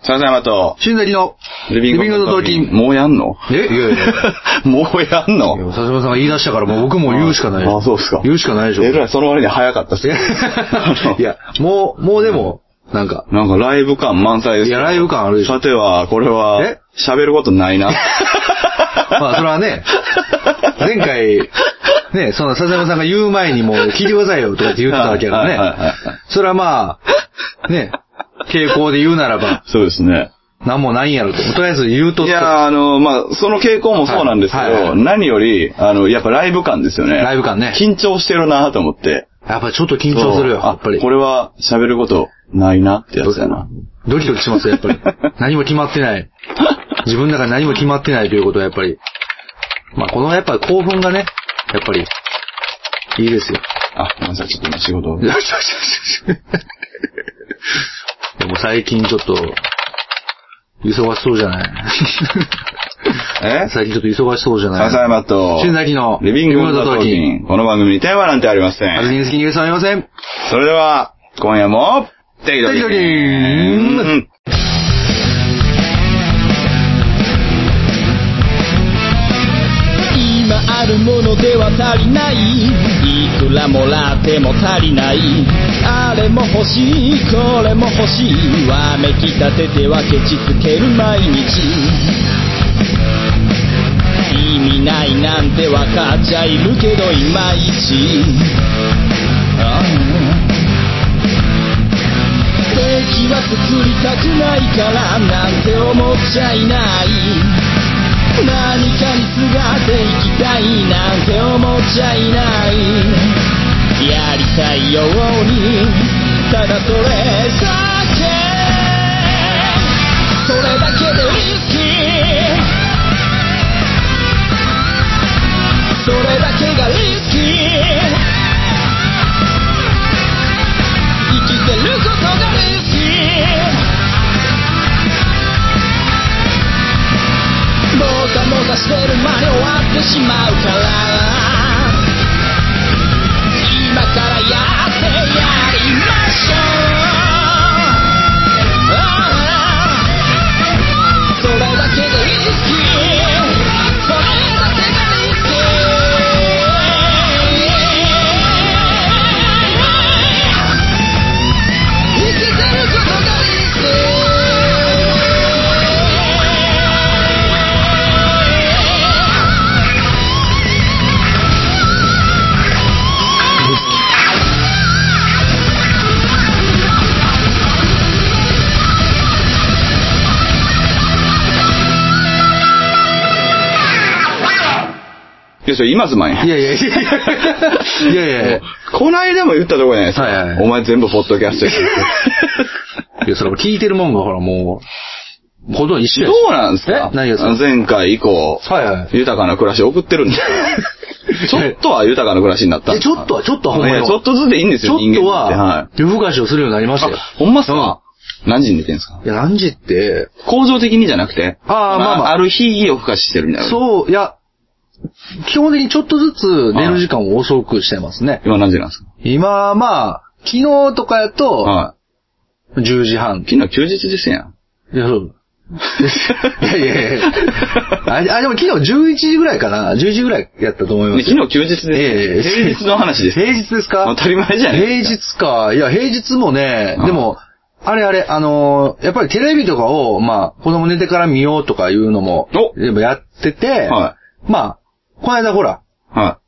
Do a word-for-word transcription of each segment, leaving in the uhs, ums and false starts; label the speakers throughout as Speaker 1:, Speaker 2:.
Speaker 1: 笹山と、
Speaker 2: 新崎の、
Speaker 1: リビングのトーキン。もうやんの
Speaker 2: えいやいや
Speaker 1: もうやんの
Speaker 2: 笹山さんが言い出したから、もう僕も言うしかない。
Speaker 1: ああ、そうですか。
Speaker 2: 言うしかないでしょ。
Speaker 1: えらい、その割に早かったっす。
Speaker 2: いや、もう、もうでも、なんか。
Speaker 1: なんかライブ感満載です。
Speaker 2: いや、ライブ感あるでしょ。
Speaker 1: さては、これは、え喋ることないな。
Speaker 2: まあ、それはね、前回、ね、その笹山さんが言う前にもう聞いてくださいよとかって言ってたわけやからね。はいはいはいはい、それはまあ、ね、傾向で言うならば。
Speaker 1: そうですね。
Speaker 2: なんもないんやろと。とりあえず言うと。
Speaker 1: いや、あの、まあ、その傾向もそうなんですけど、はいはいはい、何より、あの、やっぱライブ感ですよね。
Speaker 2: ライブ感ね。
Speaker 1: 緊張してるなと思って。
Speaker 2: やっぱちょっと緊張するよ、やっぱり。
Speaker 1: これは喋ることないなってやつやな。
Speaker 2: ドキドキしますよ、やっぱり。何も決まってない。自分の中で何も決まってないということはやっぱり。まあ、このやっぱり興奮がね、やっぱり、いいですよ。
Speaker 1: あ、ごめんなさい、ちょっと今仕事を。で
Speaker 2: も最近ちょっと、忙しそうじゃない
Speaker 1: え
Speaker 2: 最近ちょっと忙しそうじゃない
Speaker 1: 笹山と、
Speaker 2: 新崎の、
Speaker 1: リビングのトーキン。この番組にテーマなんてありません。
Speaker 2: あずきに好きにゲストありません。
Speaker 1: それでは、今夜も、テイドキドキーン。
Speaker 3: あるものでは足りない、いくらもらっても足りない、あれも欲しいこれも欲しい、わめきたててはケチつける毎日、意味ないなんてわかっちゃいるけどいまいち、ああ敵は作りたくないからなんて思っちゃいない、何かにすがっていきたいなんて思っちゃいない、やりたいようにただそれだけ、それだけでリスキー、それだけがリスキー、生きてることがリスキー、もたもたしてる間に終わってしまうから、今からやってやりましょう、それだけでリスキー、それだけがリスキー、生きてることがリスキー。
Speaker 1: いや、それ今すまんや。
Speaker 2: いやいやいやいやいやいや
Speaker 1: こないだも言ったとこじゃないですか。
Speaker 2: はいはい、
Speaker 1: お前全部ポッドキャストや
Speaker 2: いや、それも聞いてるもんがほらもう、ほとんど一緒やし。
Speaker 1: どうなんですか？
Speaker 2: 何ですか？
Speaker 1: 前回以降、はいはい、豊かな暮らしを送ってるんですちょっとは豊かな暮らしになったんですか？
Speaker 2: ちょっとは、ちょっとはほんまに。
Speaker 1: ちょっとずつでいいんですよ、
Speaker 2: 人間って。ちょっとは、
Speaker 1: はい、
Speaker 2: 夜更かしをするようになりましたよ。
Speaker 1: ほんまっすか？うん、何時に寝てんすか？
Speaker 2: いや、何時って、
Speaker 1: 構造的にじゃなくて、
Speaker 2: ああ、まあまあ。
Speaker 1: ある日夜更かししてるみたいな。
Speaker 2: そう、いや、基本的にちょっとずつ寝る時間を遅くしてますね。
Speaker 1: 今何時なんですか？
Speaker 2: 今、まあ、昨日とかやと、はい、じゅうじはん。
Speaker 1: 昨日休日ですやん。
Speaker 2: いや、そう。いやいやいやあ。あ、でも昨日じゅういちじぐらいかな。じゅうじぐらいやったと思います。
Speaker 1: 昨日休日です。ええー、平日の話です。
Speaker 2: 平日ですか？
Speaker 1: 当たり前じゃないですか。
Speaker 2: 平日か。いや、平日もね、でも、あれあれ、あのー、やっぱりテレビとかを、まあ、子供寝てから見ようとかいうのも、でもやってて、はい、まあ、この間ほら、はい、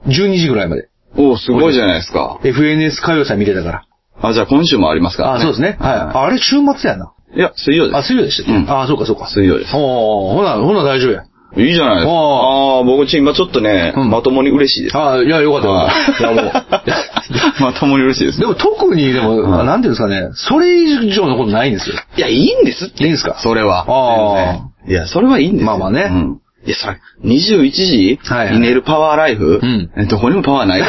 Speaker 2: じゅうにじぐらいまで。
Speaker 1: おお、すごいじゃないですか。
Speaker 2: エフエヌエス 歌謡祭見てたから。
Speaker 1: あ、じゃあ今週もありますからね。
Speaker 2: あ、そうですね。はい。あれ週末やな。
Speaker 1: いや、水曜です。
Speaker 2: あ、水曜でしたっけ？うん。あ、そうかそうか。
Speaker 1: 水曜です。
Speaker 2: おー、ほな、ほな大丈夫や。
Speaker 1: いいじゃないですか。ああ、僕今ちょっとね、うん、まともに嬉しいです。
Speaker 2: ああ、いや、よかった。いや、もう。
Speaker 1: まともに嬉しいです。
Speaker 2: でも特に、でも、うん、なんていうんですかね、それ以上のことないんですよ。
Speaker 1: いや、いいんですって。
Speaker 2: いいんですか？
Speaker 1: それは。
Speaker 2: ああ。
Speaker 1: いや、それはいいんですよ。
Speaker 2: まあまあね。
Speaker 1: うん。いや、それ、にじゅういちじに寝るパワーライフ、はいはい、どこにもパワーないから。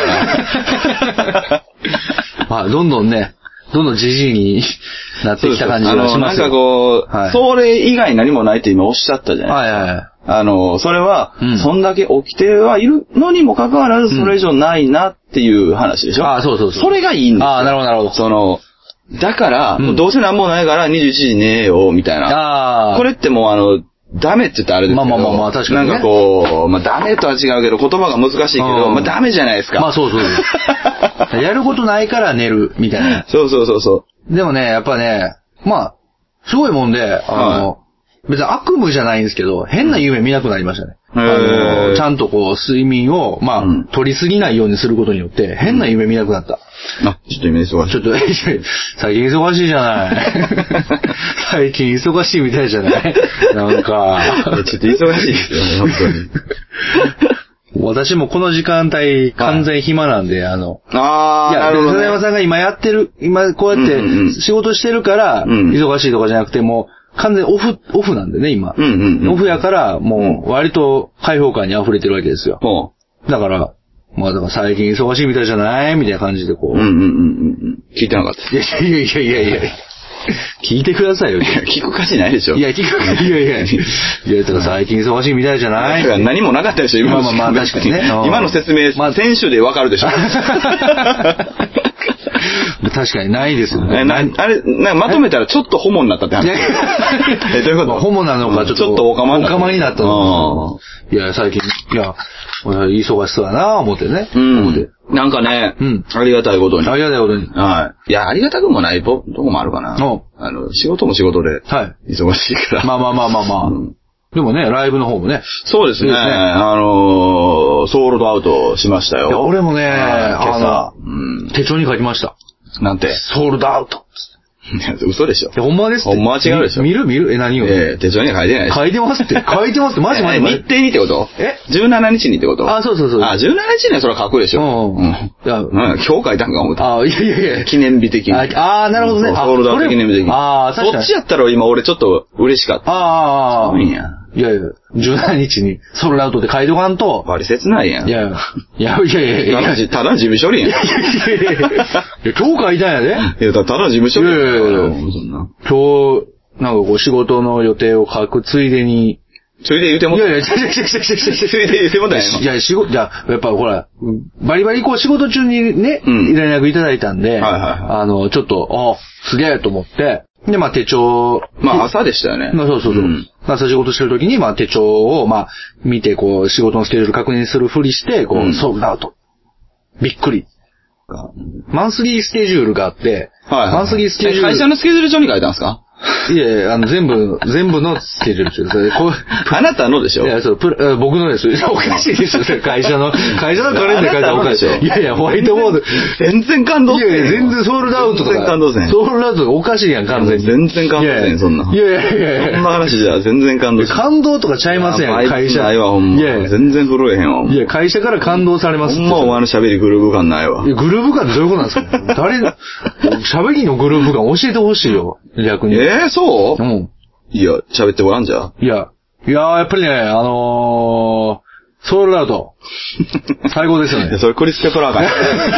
Speaker 2: まあ、どんどんね、どんどんじじいになってきた感じがしますよ。
Speaker 1: なんかこう、はい、それ以外何もないって今おっしゃったじゃないですか。はいはい。あの、それは、うん、そんだけ起きてはいるのにもかかわらず、それ以上ないなっていう話でしょ、うん、
Speaker 2: ああ、そうそうそう。
Speaker 1: それがいいんですよ。
Speaker 2: ああ、なるほどなるほど。
Speaker 1: その、 だから、うん、もうどうせなんもないからにじゅういちじに寝よう、みたいな。あこれってもうあの、ダメって言ったらあれですけど。
Speaker 2: まあまあまあまあ、確かに、ね。
Speaker 1: なんかこう、まあダメとは違うけど、言葉が難しいけど、まあダメじゃないですか。
Speaker 2: まあそうそうそう。やることないから寝る、みたいな。
Speaker 1: そうそうそうそう。
Speaker 2: でもね、やっぱね、まあ、すごいもんで、あの、はい、別に悪夢じゃないんですけど、変な夢見なくなりましたね。うん、あの、ちゃんとこう、睡眠を、まあ、うん、取りすぎないようにすることによって、変な夢見なくなった。
Speaker 1: うん、あ、ちょっと今忙しい。
Speaker 2: ちょっと、最近忙しいじゃない。最近忙しいみたいじゃないなんか。
Speaker 1: ちょっと忙しいですよね、本当に。
Speaker 2: 私もこの時間帯完全暇なんで、はい、あの、
Speaker 1: ああ、
Speaker 2: いや、
Speaker 1: なるほど、ね。
Speaker 2: 笹山さんが今やってる、今こうやって仕事してるから、忙しいとかじゃなくても、完全オフ、オフなんでね、今。
Speaker 1: うんうんうん、
Speaker 2: オフやから、もう、割と開放感に溢れてるわけですよ。
Speaker 1: うん、
Speaker 2: だから、まあだから最近忙しいみたいじゃないみたいな感じでこう。
Speaker 1: うんうんうんうん。聞いてなかった。
Speaker 2: いやいやいやいやいやいや。聞いてくださいよ。
Speaker 1: 聞く価値ないでしょ。
Speaker 2: いや、聞く価値、いやいや。いや、だから最近忙しいみたいじゃない。
Speaker 1: 何もなかったでしょ、今の。
Speaker 2: まあまあまあ、確かにね。
Speaker 1: 今の説明、まあ、先週でわかるでしょ。
Speaker 2: 確かにないですよね。
Speaker 1: なあれな、まとめたらちょっとホモになったって話。え、どういうこと？
Speaker 2: ホモなのかちょっと。
Speaker 1: ちょっとオカマになった。
Speaker 2: オカマになったの。いや、最近、いや、忙しそうだなぁ、思ってね。
Speaker 1: うん。なんかね、うん、ありがたいことに。
Speaker 2: ありがたいことに。
Speaker 1: はい。いや、ありがたくもないと、どこもあるかな。あの、仕事も仕事で。はい。忙しいから。
Speaker 2: まあまあまあまあまあ。うん、でもね、ライブの方もね。
Speaker 1: そうですね。ですねあのー、ソールドアウトしましたよ。
Speaker 2: いや、俺もね、あの、うん、手帳に書きました。
Speaker 1: なんて。
Speaker 2: ソールドアウト。
Speaker 1: いや、嘘でしょ。
Speaker 2: ほんまですって。
Speaker 1: ほんまは違うでしょ。
Speaker 2: 見る見るえ、何を
Speaker 1: ええ、手帳には書いてないで
Speaker 2: しょ。書いてますって。書いてますって。マジマジマジ。
Speaker 1: 日程にってこと
Speaker 2: え ?
Speaker 1: じゅうしちにちにってこと
Speaker 2: あ、そうそうそう。
Speaker 1: あ、じゅうしちにちにはそれは書くでしょ。うん。うん。いや、うん、今日書いたんか思った。
Speaker 2: あ、いやいやいや。
Speaker 1: 記念日的に。
Speaker 2: ああ、なるほどね。
Speaker 1: ソールドアウト記念日的に。
Speaker 2: ああ、確かに。
Speaker 1: そっちやったら今俺ちょっと嬉しかった。
Speaker 2: ああ。
Speaker 1: そういんや。
Speaker 2: いやいや、じゅうしちにちにソールドアウトで書いとかんと。
Speaker 1: 割り切ないやん。
Speaker 2: いやいや、いやいやいや。
Speaker 1: ただ、ただ事務処理やん。いやい
Speaker 2: やいやいや。今日書いたんやで。
Speaker 1: いや、ただ事務処理やん。
Speaker 2: いやいやいや。そんな。今日、なんかこう仕事の予定を書くついでに。
Speaker 1: ついで言うても
Speaker 2: いやいや、違う違う違う違う。つ
Speaker 1: いで言うてもだよ。
Speaker 2: いや、仕事、じゃあ、やっぱほら、バリバリこう仕事中にね、うん、連絡いただいたんで、はいはいはい、あの、ちょっと、あ、すげえと思って、で、まあ手帳。
Speaker 1: まあ朝でしたよね。
Speaker 2: まあそうそうそう。うん、朝仕事してる時に、まあ手帳を、まあ見て、こう、仕事のスケジュール確認するふりして、こう、うん、ソールドアウト。びっくり。マンスリースケジュールがあって、はいはいはい、マンスリースケジュール。
Speaker 1: 会社のスケジュール帳に書いたんですか？
Speaker 2: いやいや、あの、全部、全部のスケジュール中です。こう
Speaker 1: あなたのでしょ？
Speaker 2: いや、そう、プラ、僕のです。おかしいですよ、会社の、会社のカレンダー書いたらおかしい。いやいや、ホワイトボード。
Speaker 1: 全然感動せん。
Speaker 2: いやいや、全然ソールドアウトとか。
Speaker 1: 全然感動せん。
Speaker 2: ソールドアウトがおかしいやん、完全に。
Speaker 1: 全然感動せん、そんな。
Speaker 2: いやいやいやいや。
Speaker 1: そんな話じゃ全然感動せん。
Speaker 2: 感動とかちゃいません、会社。
Speaker 1: ないわ、ほんま。いやいや。全然震えへんわ。
Speaker 2: いや、会社から感動されますって。
Speaker 1: ほんまお前の喋りグルーヴ感ないわ。
Speaker 2: いや、グルーヴ感ってどういうことなんですか？誰、喋りのグルーヴ感教えてほしいよ、逆に。
Speaker 1: えー、そう？
Speaker 2: うん。
Speaker 1: いや、喋ってごらんじゃ。
Speaker 2: いや、いややっぱりね、あのー、ソールドアウト。最高ですよね。
Speaker 1: いや、それクリス・ペプラーか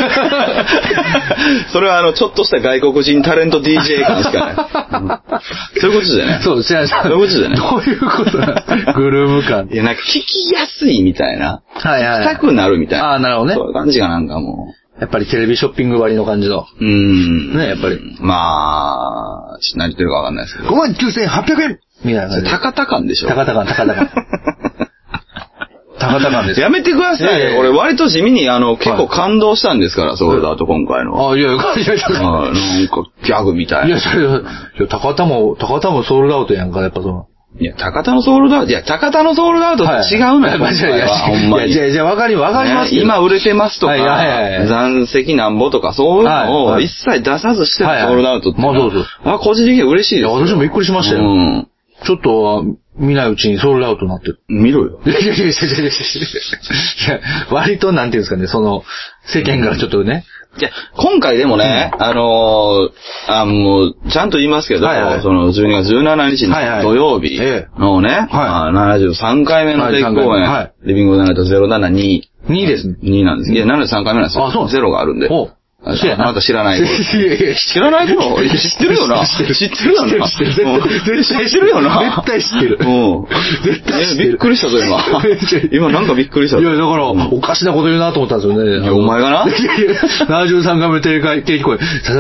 Speaker 1: それはあの、ちょっとした外国人タレント ディージェー 感しかない。そういうことじゃない。
Speaker 2: そう、そういう
Speaker 1: ことじゃない。
Speaker 2: どういうことだグルーヴ感。
Speaker 1: いや、なんか聞きやすいみたいな。
Speaker 2: はいはい、はい。
Speaker 1: 聞きたくなるみたいな。
Speaker 2: ああ、なるほどね。
Speaker 1: そういう感じがなんかも
Speaker 2: う。やっぱりテレビショッピング割の感じの。
Speaker 1: うーん。
Speaker 2: ね、やっぱり。
Speaker 1: まあ、ちょっと何言ってるかわかんないですけど。
Speaker 2: ごまんきゅうせんはっぴゃくえんみたいな感じ。
Speaker 1: 高々感でしょ。
Speaker 2: 高々感、高々感。高々感です。
Speaker 1: やめてください。えー、俺割と地味にあの、結構感動したんですから、はい、ソールドアウト今回の。
Speaker 2: あ、いやいや、いやいや、
Speaker 1: なんかギャグみたいな。
Speaker 2: いや、それ、いや、高田も、高田もソールドアウトやんか、やっぱその。
Speaker 1: いや、高田のソールドアウト、いや、高田のソールドアウトって違うのよ。
Speaker 2: はい、いやいや、ほんまに。いや、じゃあ、わかり、わかりますけど、
Speaker 1: ね。今売れてますとか、はいはいはい、残席なんぼとか、そういうのを一切出さずしてるソールドアウトって。
Speaker 2: まあそうそう。
Speaker 1: あ、個人的には嬉しいですよ。
Speaker 2: いや、私もびっくりしましたよ。うん。ちょっと、見ないうちにソールドアウトになってる。
Speaker 1: 見ろよ。
Speaker 2: いやいやいやいやいやいや割となんていうんですかね、その、世間からちょっとね。
Speaker 1: いや、今回でもね、うん、あのー、あ、もう、ちゃんと言いますけど、はいはい、その、じゅうにがつじゅうしちにちの土曜日のね、はいはいまあ、ななじゅうさんかいめの定期公演、はい、リビングナイトゼロななに。
Speaker 2: にですね。
Speaker 1: になんです。いや、ななじゅうさんかいめなんですよ。あ、そう。ゼロがあるんで。おあなた知らない。いやいや、知らないの？知ってるよな。知ってるよな。知ってる。絶対知ってるよな。
Speaker 2: 絶対知ってる。うん。絶対知ってる。
Speaker 1: びっくりしたぞ、今。今なんかびっくりした。
Speaker 2: いや、だから、おかしなこと言うなと思ったんですよね。
Speaker 1: お前がな？
Speaker 2: いやいや、ななじゅうさんかいめ定期公演。笹山さん、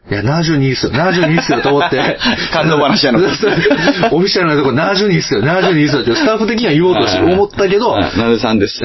Speaker 2: いや、ななじゅうにっすよ、ななじゅうにっすよと思って。
Speaker 1: 感動話やの。
Speaker 2: オフィシャルなとこななじゅうにっすよ、ななじゅうにっすよってスタッフ的には言おうとして思ったけど。
Speaker 1: ななじゅうさんです。
Speaker 2: そう、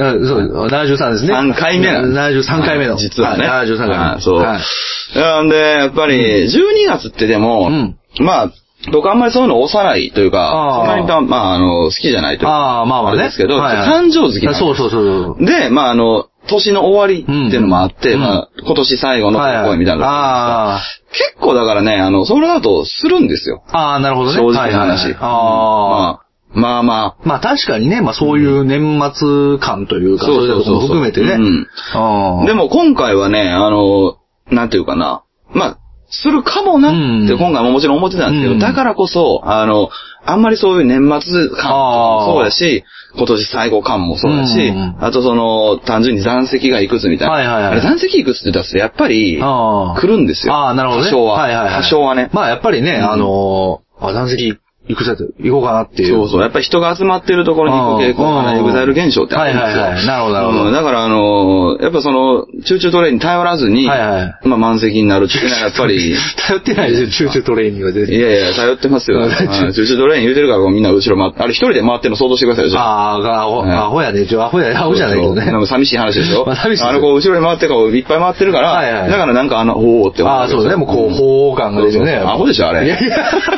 Speaker 2: ななじゅうさんですね。
Speaker 1: さんかいめなんです。
Speaker 2: ななじゅうさんかいめの。
Speaker 1: 実はね。
Speaker 2: ななじゅうさんかいめ。
Speaker 1: そう。なんで、やっぱり、じゅうにがつってでも、まあ、僕あんまりそういうの押さないというか、そんなに、まあ、あの、好きじゃないというか。ああ、まあまあね。ですけど、誕生月なんです。
Speaker 2: そうそうそう。
Speaker 1: で、まああの、年の終わりっていうのもあって、まあ、今年最後の公演みたいな。結構だからね、あの、ソールドアウトするんですよ。
Speaker 2: ああ、なるほどね。
Speaker 1: 正直な話。ああ。まあまあ。
Speaker 2: まあ確かにね、まあそういう年末感というか、そういうことも含めてね。
Speaker 1: でも今回はね、あの、なんていうかな。まあ、するかもなって今回ももちろん思ってたんですけど、だからこそ、あの、あんまりそういう年末感もそうだし、今年最後感もそうだし、あとその、単純に残席がいくつみたいな。はいはいはい、残席いくつって出すとやっぱり、来るんですよ。ああ、なるほどね。多少は。はいはいはい、多少はね。
Speaker 2: まあやっぱりね、あの、あ、残席行くさと、行こうかなっていう。
Speaker 1: そうそう。やっぱり人が集まってるところに行く傾向がね、エグザイル現象ってあるんですよ。はいはいはい。
Speaker 2: なるほどなるほど。
Speaker 1: だからあの、やっぱその、チューチュートレインに頼らずに、はいはい。まあ満席になるっていうのはやっぱり。
Speaker 2: 頼ってないですよ、チューチュートレインには全然。
Speaker 1: いやいや、頼ってますよ。チューチュートレイン言うてるからみんな後ろ回って、あれ一人で回ってるの想像してくださいよ、じゃあ。
Speaker 2: ああ、アホ、アホやね。アホや、アホじゃないけどね。
Speaker 1: なんか寂しい話でしょ。
Speaker 2: まあ寂しい。
Speaker 1: あのこう後ろに回ってるからいっぱい回ってるから、はいはい。だからなんかあの、おーって思う。
Speaker 2: ああ、そうね。もうこう、ほー感が出てね。
Speaker 1: アホでしょ、あれ。いやいや。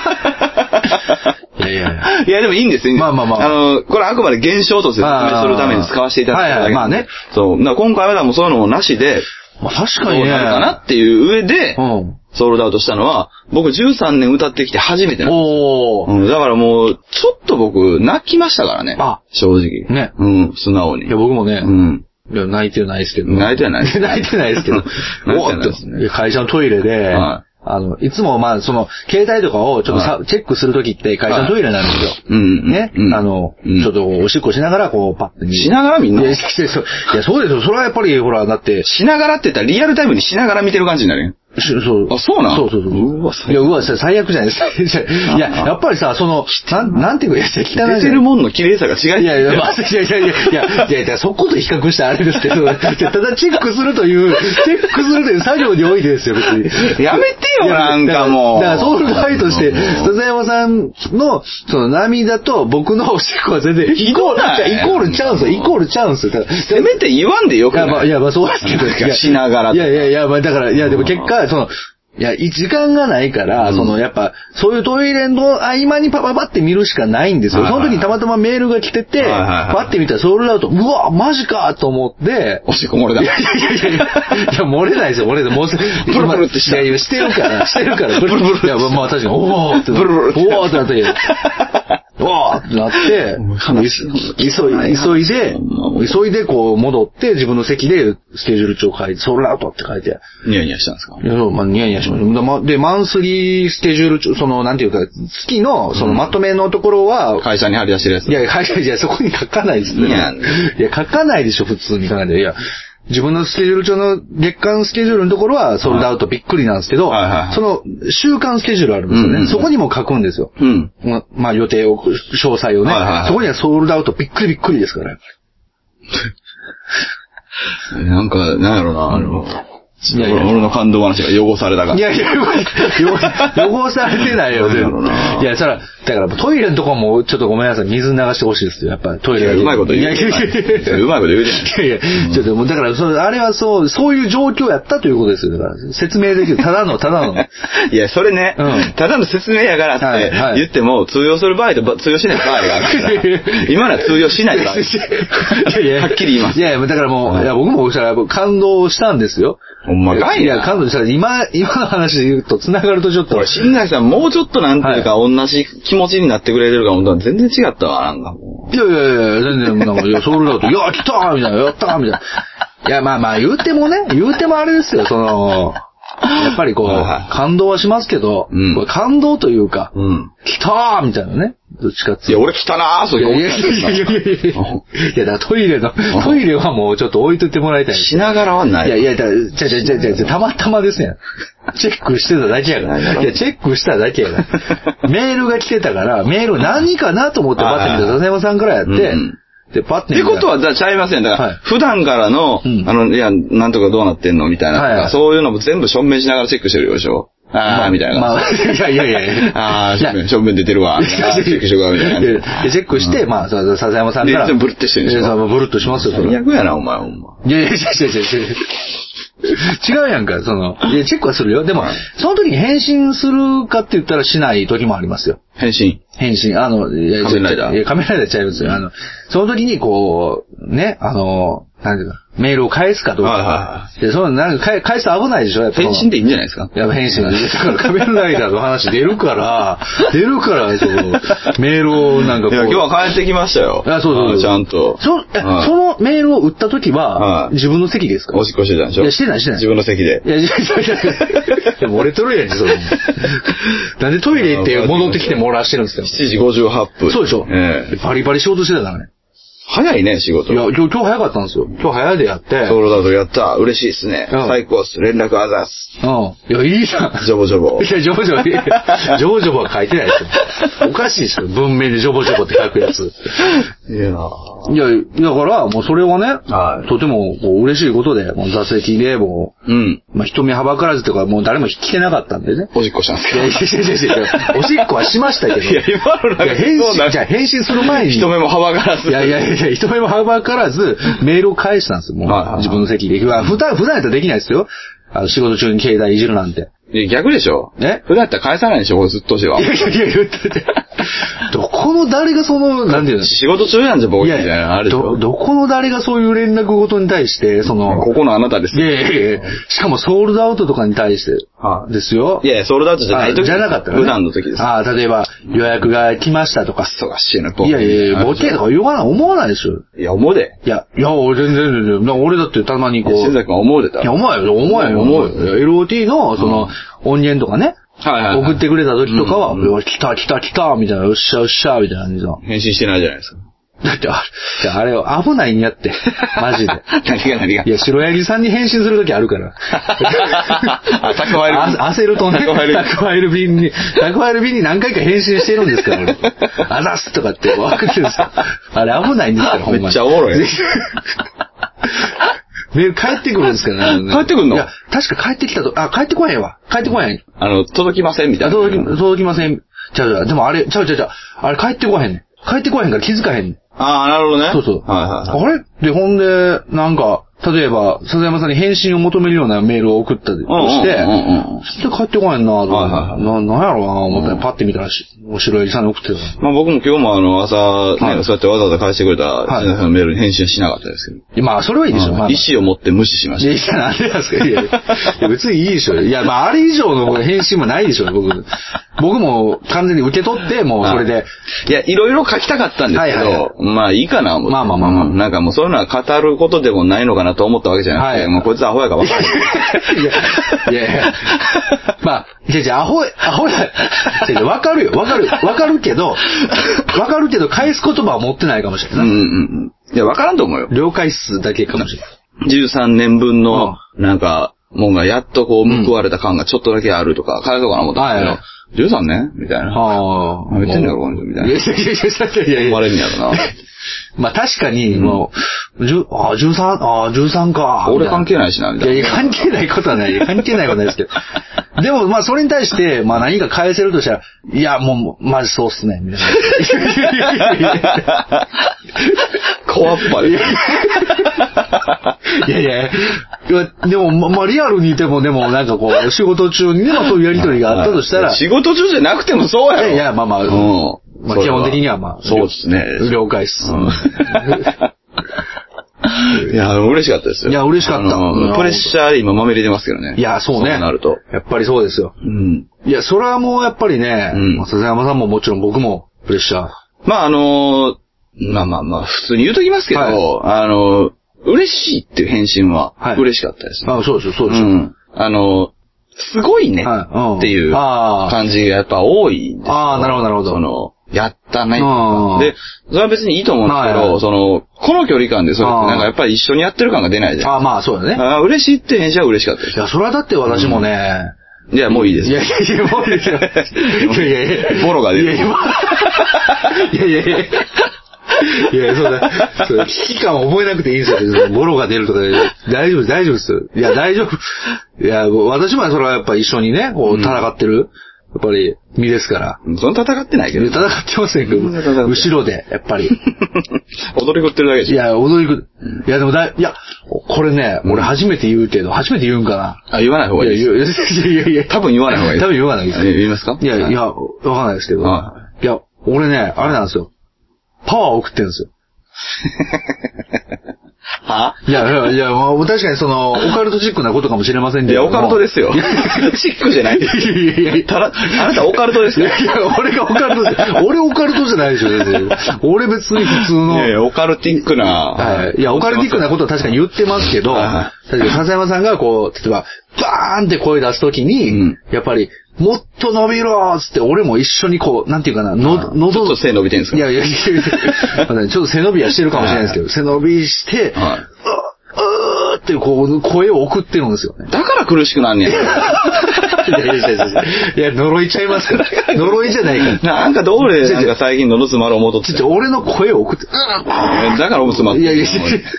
Speaker 1: いやいやいや、でもいいんですよ。
Speaker 2: まあまあまあ。
Speaker 1: あの、これあくまで現象として説明するために使わせていただいただけ。
Speaker 2: まあね。
Speaker 1: そう。だから今回はもうそういうのもなしで、
Speaker 2: まあ確かにね。
Speaker 1: どうなるかなっていう上で、うん、ソールドアウトしたのは、僕じゅうさんねん歌ってきて初めてなんですよ。おー。うん、だからもう、ちょっと僕、泣きましたからね。あ、正直。ね。うん、素直に。
Speaker 2: いや、僕もね。うん。いや、泣いてないですけど。
Speaker 1: 泣いてはないです。
Speaker 2: 泣いてないですけど。泣いてないですね。会社のトイレで、はい。あの、いつもまあ、その、携帯とかをちょっとさ、はい、チェックするときって会社のトイレなんですよ。はい、うん。ね、うん。あの、うん、ちょっとおしっこしながらこう、パッて見る。
Speaker 1: しながら見んの？
Speaker 2: いや、そうですよ。それはやっぱり、ほら、だって。
Speaker 1: しながらって言ったらリアルタイムにしながら見てる感じになるよ。
Speaker 2: そう。
Speaker 1: あ、そうなん？
Speaker 2: そうそうそう。うわ、いや、うわ、最悪じゃないですか。いや、やっぱりさ、その、なん、なんていうか、いや、
Speaker 1: 汚い。出てるもんの綺麗さが違い。
Speaker 2: いやいや、まあ、いやいやいや、いや、いやいや、そこと比較したらあれですけど、ただチェックするという、チェックするという作業においてですよ、別に。
Speaker 1: やめてよ、なんかもう。
Speaker 2: だから、ソウルガイとして、笹山さんの、その、涙と僕のおしっこは全然、イコール、イコールちゃうんすよ、イコールちゃうんすよ。
Speaker 1: せめて言わんでよくない？
Speaker 2: いや、まあ、いや、まあ、そうですけど。
Speaker 1: いや、しながら。
Speaker 2: いやいやいや、まあ、だから、いや、でも結果、その、いや、時間がないから、うん、その、やっぱ、そういうトイレの合間にパパパって見るしかないんですよ。はいはいはい、その時にたまたまメールが来てて、はいはいはい、パって見たらソールドアウト、うわ、マジかと思って、
Speaker 1: おしっこ漏れだ。
Speaker 2: いやいやいやいや、いや、漏れないですよ、漏れない。もう、ブ
Speaker 1: ルブルってした。
Speaker 2: いやいや、してるから、してるから、ブルブル。いや、まあ確かに、おーって、
Speaker 1: ブルブルって。
Speaker 2: おーってなって、わーってなって、急い、急いで、急いでこう戻って自分の席でスケジュール帳書いて、ソールドアウトって書いて。
Speaker 1: ニヤニヤしたんですか？
Speaker 2: いや、まあ、ニヤニヤしました。で、マンスリースケジュール帳、その、なんていうか、月の、そのまとめのところは、
Speaker 1: うん、会社に貼り出してるやつ。
Speaker 2: いや、会社、いや、そこに書かないですね。いや、いや書かないでしょ、普通に書かないで。いや、自分のスケジュール帳の月間スケジュールのところはソールドアウトびっくりなんですけど、はいはいはい、その週間スケジュールあるんですよね、うんうんうん。そこにも書くんですよ。うん、ま、まあ予定を、詳細をね、はいはいはい。そこにはソールドアウトびっくりびっくりですから。
Speaker 1: なんか、なんやろな、あの、いやいや俺の感動話が汚されたから。
Speaker 2: いやいや、汚されてないよ、全部。いや、そら、だからトイレのとこもちょっとごめんなさい、水流してほしいですよ、やっぱトイレが。
Speaker 1: うまいこと言う。いやいやいやうまいこと言うじゃん。
Speaker 2: いやいや、ちょっともうだから、そあれはそう、そういう状況やったということですよ、だから。説明できる。ただの、ただの。
Speaker 1: いや、それね、うん、ただの説明やからって言っても、通用する場合と通用しない場合があるから。今のは通用しない場合。いやいやはっきり言います。
Speaker 2: いやいや、だからもう、いや僕も感動したんですよ。
Speaker 1: ほんまかいな。
Speaker 2: いや、感動したら、今、今の話で言うと繋がるとちょっと。
Speaker 1: これ、新崎さんもうちょっとなんていうか、はい、同じ気持ちになってくれてるか本当は全然違ったわ、なんかも
Speaker 2: う。いやいやいや、全然、なんか、いや、ソウルドアウト、いや、来たーみたいな、やったーみたいな。いや、まあまあ、言うてもね、言うてもあれですよ、その、やっぱりこう、はいはい、感動はしますけど、うん、これ感動というか、うん、来たーみたいなね。どっちかっていうと。
Speaker 1: いや、俺来たなーそういう
Speaker 2: いやいやいやいやいやいや。いや、だからトイレの、トイレはもうちょっと置いといてもらいたい。
Speaker 1: しながらはない。
Speaker 2: いやいや、じゃじゃじゃじゃじゃたまたまですやん。チェックしてただけやから。いや、チェックしただけやから。メールが来てたから、メール何かなと思ってパッて見たら、笹山さんからやって、うんで、パッて。
Speaker 1: ってことは、じゃあちゃいません。だから、はい、普段からの、うん、あの、いや、なんとかどうなってんのみたいな、はいはい、そういうのも全部証明しながらチェックしてるよでしょ。 あー、みたいな。
Speaker 2: まあ、いやいやいや
Speaker 1: あー、正面出てるわ。チェックしとくわ、みたいな。
Speaker 2: チェックして、まあ、笹山さんから。
Speaker 1: で、ブルってしてるんでしょ。
Speaker 2: ブルっとしますよ、それ。
Speaker 1: 最悪やな、お前、ほんま。
Speaker 2: いやいや、違う違う違う。違うやんか、その、いや、チェックはするよ。でも、その時に返信するかって言ったらしない時もありますよ。
Speaker 1: 返信
Speaker 2: 返信。あの、いや、
Speaker 1: カメライダー。
Speaker 2: いや、カメライダーちゃいますよ。あの、その時にこう、ね、あの、なんていうか、メールを返すかどうか。はいはい。で、その、なんか返、返すと危ないでしょ、やっぱ。
Speaker 1: 返信でいいんじゃないですか。
Speaker 2: いや、返信。だからカメライダーの話出るから、出るから、そう、メールをなんかこう。いや、
Speaker 1: 今日は帰ってきましたよ。
Speaker 2: いや、そうそうそう。
Speaker 1: ちゃんと。
Speaker 2: そ、そのメールを打った時は、自分の席ですか？
Speaker 1: おしっこしてたんでしょ？
Speaker 2: いや、してないしてない。
Speaker 1: 自分の席で。
Speaker 2: いや、いや、いや、でも俺トイレやん、それ。なんでトイレ行って戻ってきて漏らしてるんですか？
Speaker 1: しちじごじゅうはっぷん。
Speaker 2: そうでしょ。ええ。バリバリ仕事してたからね。
Speaker 1: 早いね、仕事。
Speaker 2: いや、今日、今日早かったんですよ。今日早いでやって。
Speaker 1: ソウルダートやった。嬉しいっすね。うん、最高っす。連絡あざっす。
Speaker 2: うん。いや、いいじゃん。
Speaker 1: ジョボジョボ。
Speaker 2: いや、ジョボジョボ。ジョボジョボは書いてないですよ。おかしいですよ。文面でジョボジョボって書くやつ。
Speaker 1: いや
Speaker 2: いや、だから、もうそれはね、はい、とてもこう嬉しいことで、もう座席でもう、うん。まあ、人目はばからずとか、もう誰も来てなかったんでね。
Speaker 1: おしっこしたんですか？
Speaker 2: いやいやいやいやいや、おしっこはしましたけど。
Speaker 1: いや、今のなんか
Speaker 2: 返信、じゃあ返信する前に。
Speaker 1: 人目もはばからず。
Speaker 2: いやいやいや、人目もはばからず、メールを返したんですよ、もう。はいはいはい、自分の席で。普段、普段やったらできないですよ。あの、仕事中に携帯いじるなんて。
Speaker 1: いや、逆でしょ。
Speaker 2: え？
Speaker 1: 普段やったら返さないでしょ、ずっとしては。
Speaker 2: いやいやいや、言ってて。どこの誰がその、なんていうの？
Speaker 1: 仕事中なんじゃ、僕みたいなのあるでしょ。
Speaker 2: ど、どこの誰がそういう連絡ごとに対して、その、
Speaker 1: ここのあなたです。
Speaker 2: いやいやいや、しかもソールドアウトとかに対して、はあ、ですよ。
Speaker 1: いやいや、ソールドアウトじゃない時
Speaker 2: じゃなかったら、
Speaker 1: ね。普段の時です。
Speaker 2: ああ、例えば、予約が来ましたとか。
Speaker 1: 忙しいな、
Speaker 2: ボケ。いやいや、ボケとか言わない、思わないでしょ。
Speaker 1: いや、思うで。
Speaker 2: いや、いや、俺全然全然、俺だってたまにこう。
Speaker 1: 新崎君は思うでた。
Speaker 2: いや、思うよ、思うよ、思うよ。エルオーティー の、その、音源とかね。はいはい、はい。送ってくれた時とかは、うんうん、来た来た来たみたいな、よっしゃよっしゃみたいな感じの。
Speaker 1: 返信してないじゃないですか。
Speaker 2: だって、あれ、あれ危ないんやって。マジで。
Speaker 1: 何が何が。
Speaker 2: いや、白ヤギさんに返信するときあるから。
Speaker 1: あ、宅配便。
Speaker 2: 焦るとね。宅配便に、宅配便に何回か返信してるんですから、俺。あざすとかって分かってるんですよ。あれ危ないんですから、ほんまに。
Speaker 1: めっちゃおもろい。
Speaker 2: メール帰ってくるんですからね。
Speaker 1: 帰ってくるの？
Speaker 2: いや、確か帰ってきたと、あ、帰ってこないわ。帰ってこない。
Speaker 1: あの、届きませんみたいな。
Speaker 2: 届き、届きません。ちゃうちゃう。でもあれ、ちゃうちゃうちゃう。あれ帰ってこへんねん。帰ってこへんから気づかへんねん。
Speaker 1: ああ、なるほどね。
Speaker 2: そうそう。
Speaker 1: はいはいはい。
Speaker 2: あれで、ほんで、なんか、例えば、笹山さんに返信を求めるようなメールを送ったとして、うんうんうんうん、そして帰ってこないなぁと、はいはいはい、な、なんやろうなぁ思ったら、パッて見たらし、白柳さんに送ってた。
Speaker 1: まあ僕も今日もあの、朝、ね、はい、そうやってわざわざ返してくれた、はい、のメールに返信しなかったですけど。
Speaker 2: まあ、それはいいでしょ。まあまあ、
Speaker 1: 意思を持って無視しました。
Speaker 2: いや、なんでなんですか。いやいや、別にいいでしょ。いや、まあ、あれ以上の返信もないでしょ、僕。僕も完全に受け取って、もうそれで。
Speaker 1: いや、いろいろ書きたかったんですけど、はいはいはい、まあいいかな思って。
Speaker 2: まあまあまあまあ。
Speaker 1: なんかもうそういうのは語ることでもないのかなと思ったわけじゃなくて、はい、もうこいつアホやから分かる。
Speaker 2: いや、いやいや。まあ、じゃじゃアホ、アホや。じゃ分かるよ、分かる。分かるけど、分かるけど返す言葉は持ってないかもしれない。
Speaker 1: うんうんうん。いや、分からんと思うよ。
Speaker 2: 了解数だけかもしれない。
Speaker 1: じゅうさんねんぶんの、なんか、もんがやっとこう報われた感がちょっとだけあるとか、返そうかな思ったんですけど、はいじゅうさんねんみたいな。ああ。言ってんだろ、この人みたいな。いやいやいやいやいや。思われんやろな。
Speaker 2: まあ確かに、もう、じゅう、ああ、じゅうさん、ああ、じゅうさんか。
Speaker 1: 俺関係ないしな、みたいな。
Speaker 2: いやいや、関係ないことはない。関係ないことはないですけど。でも、まあそれに対して、まあ何か返せるとしたら、いや、もう、マジそうっすね、みたいな。
Speaker 1: 怖っぱで。い
Speaker 2: やいや、でも、まあリアルにいても、でもなんかこう、仕事中にでもそういうやりとりがあったとしたら。
Speaker 1: 仕事中じゃなくてもそうやろ。
Speaker 2: いやいや、まあまあ、うん。まあ基本的にはまあ、
Speaker 1: そうですね。
Speaker 2: 了解っす。
Speaker 1: いや、嬉しかったですよ。
Speaker 2: いや、嬉しかった。
Speaker 1: プレッシャーで今まみれてますけどね。
Speaker 2: いや、そうね。
Speaker 1: そうなると。
Speaker 2: やっぱりそうですよ。うん。いや、それはもうやっぱりね、笹山さんももちろん僕もプレッシャー。
Speaker 1: まああの、まあまあまあ、普通に言うときますけど、あの、嬉しいっていう返信は嬉しかったですね。
Speaker 2: あ、そうですよ、そうですよ。
Speaker 1: あの、すごいねっていう感じがやっぱ多いんですよ。
Speaker 2: ああ、なるほど、なるほど。
Speaker 1: その、やったね。で、それは別にいいと思うんですけど、その、この距離感でそれってなんかやっぱり一緒にやってる感が出ないじゃん。
Speaker 2: ああ、まあそうだね。
Speaker 1: ああ、嬉しいって返信は嬉しかったです。
Speaker 2: いや、それはだって私もね、
Speaker 1: いや、もういいです。
Speaker 2: いやいやいや、もういいですよ。いやいやいや、
Speaker 1: ボロが出る。
Speaker 2: いやいや、いやいやいや。 いや、そうだ。そうだ危機感を覚えなくていいんですよ。ボロが出るとかで。大丈夫、大丈夫です。いや、大丈夫。いや、私もそれはやっぱ一緒にね、こう、戦ってる。うんやっぱり、身ですから。
Speaker 1: そんな戦ってないけど。
Speaker 2: 戦ってませんけど、後ろで、やっぱり。
Speaker 1: 踊り子ってるだけでしょ。
Speaker 2: いや、踊り子、いや、でもだい、いや、これね、俺初めて言うけど、初めて言うんかな。
Speaker 1: あ、言わない方がいいです。いや、いやいやいや、多分言わない方がいいです。
Speaker 2: 多分言わないです。
Speaker 1: 言いますか
Speaker 2: いや、いや、わかんないですけど。いや、俺ね、あれなんですよ。パワーを送ってるんですよ。はいや、いや、いや、まあ、確かにその、オカルトチックなことかもしれませんけど。
Speaker 1: いや、オカルトですよ。チックじゃない。いやいやいや、ただ、あなたオカルトですよ。いやいや、
Speaker 2: 俺がオカルトです。俺オカルトじゃないでしょ、別に。俺別に普通の。
Speaker 1: いやいや、オカルティックな。
Speaker 2: はい。いや、オカルティックなことは確かに言ってますけど、確かに笹山さんがこう、例えば、バーンって声出すときに、うん、やっぱり、もっと伸びろーっつって俺も一緒にこう、なんていうかな、の、
Speaker 1: 喉。ちょっと背伸びてんすか
Speaker 2: いやいやいや、ちょっと背伸びはしてるかもしれないですけど、背伸びして、はい、うーってこう、声を送ってるんですよね。
Speaker 1: だから苦しくなんねん。いや
Speaker 2: いやいやいやいや、呪いちゃいますから。呪いじゃないから。
Speaker 1: なんかどれ、なんか最近喉詰まる思うとって。
Speaker 2: 俺の声を送って、だ
Speaker 1: から喉詰まって。
Speaker 2: いやいやいや。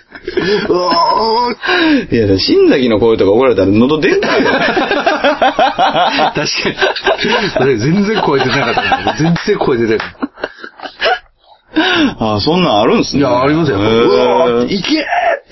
Speaker 1: いや、新崎の声とか怒られたら喉出んだよ。確
Speaker 2: かに。全然声出なかった。全然声出なかった。
Speaker 1: ああ、そんなんあるんすね。
Speaker 2: いや、ありますよ。うわーって、いけーって、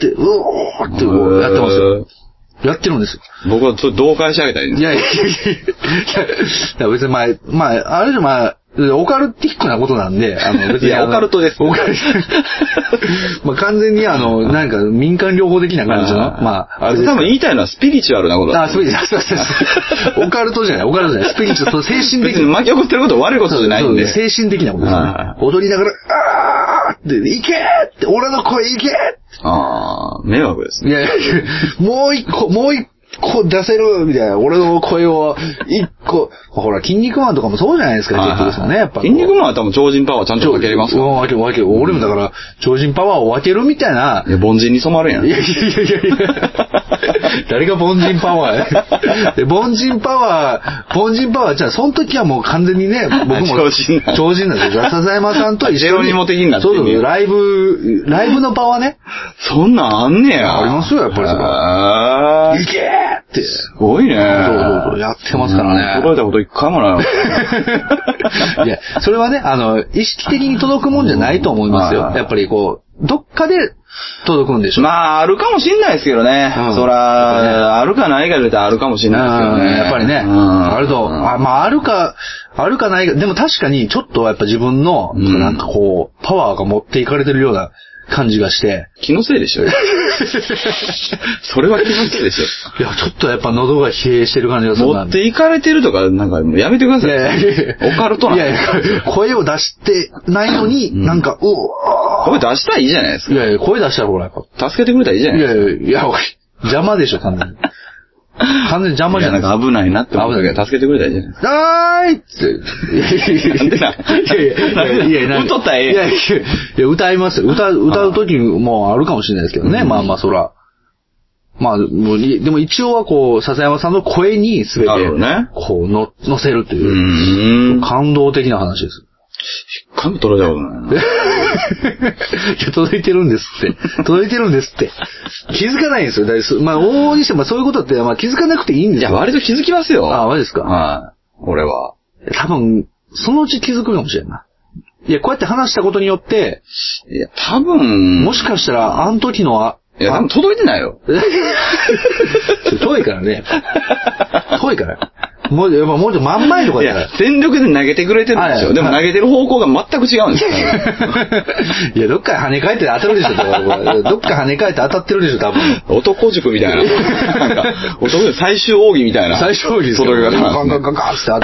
Speaker 2: うわーってやってますよ。やってるんですよ。
Speaker 1: 僕は同感してあげたいんです。
Speaker 2: いやいやいやいや、別にまあ、まあ、あれじゃまあ、オカルティックなことなんで、あの、別に。
Speaker 1: いや、オカルトです。
Speaker 2: オカルト。まあ、完全にあの、なんか民間療法的な感じの、まあ、
Speaker 1: あれ多分言いたいのはスピリチュアルなことだ。
Speaker 2: あ、スピリチュアル、そうそうそう。オカルトじゃない、オカルトじゃない、スピリチュアル、精神的
Speaker 1: に。巻き起こってることは悪いことじゃないんで。
Speaker 2: 精神的なことですね。踊りながら、あーって、いけーって、俺の声いけーって。
Speaker 1: ああ、迷惑です
Speaker 2: ね。いやいや、もう一個、もう一個、こう出せるみたいな、俺の声を一個、ほら、筋肉マンとかもそうじゃないですか、結局ですよね、やっぱ。
Speaker 1: 筋肉マンは多分超人パワーちゃんと分けれますから。
Speaker 2: 分ける分ける。俺もだから、超人パワーを分けるみたいな。
Speaker 1: いや、凡人に染まるやん。
Speaker 2: いやいやいやいやいや。誰が凡人パワーで、凡人パワー、凡人パワー、じゃあ、その時はもう完全にね、僕も
Speaker 1: 超人
Speaker 2: 超人なんですよ。笹山さんと一緒に。
Speaker 1: ゼロニモ的になってる。
Speaker 2: そうそう、ライブ、ライブのパワーね。
Speaker 1: そんなんあんねや。
Speaker 2: ありますよ、やっぱりそれは。いけーって。
Speaker 1: すごいね。
Speaker 2: そうそうそう、やってますからね。
Speaker 1: 届いたこと一回もない。
Speaker 2: いや、それはね、あの、意識的に届くもんじゃないと思いますよ。やっぱりこう、どっかで届くんでしょう。
Speaker 1: まあ、あるかもしんないですけどね。うん、そら、あるかないかで言ったらあるかもしんないですけどね。
Speaker 2: やっぱりね。うん、あると、あまあ、あるか、あるかないか、でも確かにちょっとやっぱ自分の、うん、なんかこう、パワーが持っていかれてるような感じがして。
Speaker 1: 気のせいでしょ。それは気のせいでしょ。
Speaker 2: いや、ちょっとやっぱ喉が疲弊してる感じがする。
Speaker 1: 持っていかれてるとか、なんかやめてください。いやいやいやオカルトなん
Speaker 2: いやいや、声を出してないのに、うん、なんか、う
Speaker 1: お声出したらいいじゃないですか。
Speaker 2: いやいや、声出したらほら、やっぱ。
Speaker 1: 助けてくれたらいいじゃないですか。
Speaker 2: いやいやいや、邪魔でしょ、完全に。完全に邪魔じゃない
Speaker 1: ですか。なんか危ないなって思ったけど、助けてくれたらいいじゃないですか。
Speaker 2: だーいって。いやいやいや。なんでな。いやいやいやいや、
Speaker 1: 歌ったらええ。
Speaker 2: いやいや、歌いますよ。歌、歌う時もあるかもしれないですけどね。まあまあ、そら。まあ、もう、でも一応はこう、笹山さんの声にすべて、こう、の、乗せるという、感動的な話です。
Speaker 1: 一回も届いたことない。
Speaker 2: いや、届いてるんですって。届いてるんですって。気づかないんですよ。だいまあ、往々にしてもそういうことって、まあ気づかなくていいんですよ。
Speaker 1: いや、割と気づきますよ。
Speaker 2: ああ、マジですか。
Speaker 1: はい。俺は。
Speaker 2: 多分、そのうち気づくかもしれんな。いや、こうやって話したことによって、
Speaker 1: いや、多分、
Speaker 2: もしかしたら、あの時のあ、
Speaker 1: いや、多分届いてないよ。
Speaker 2: 遠いからね。遠いから。もう、もうちょっと真ん前とか
Speaker 1: で。いや、全力で投げてくれてるんですよ。でも投げてる方向が全く違うんですよ。
Speaker 2: いや、どっか跳ね返って当たるでしょ、どっか跳ね返って当たってるでしょ、多分。
Speaker 1: 男塾みたいな。なんか、男塾最終奥義みたいな。
Speaker 2: 最終奥義ですよ。
Speaker 1: 届け方。
Speaker 2: ガンガンガンガンって当たって。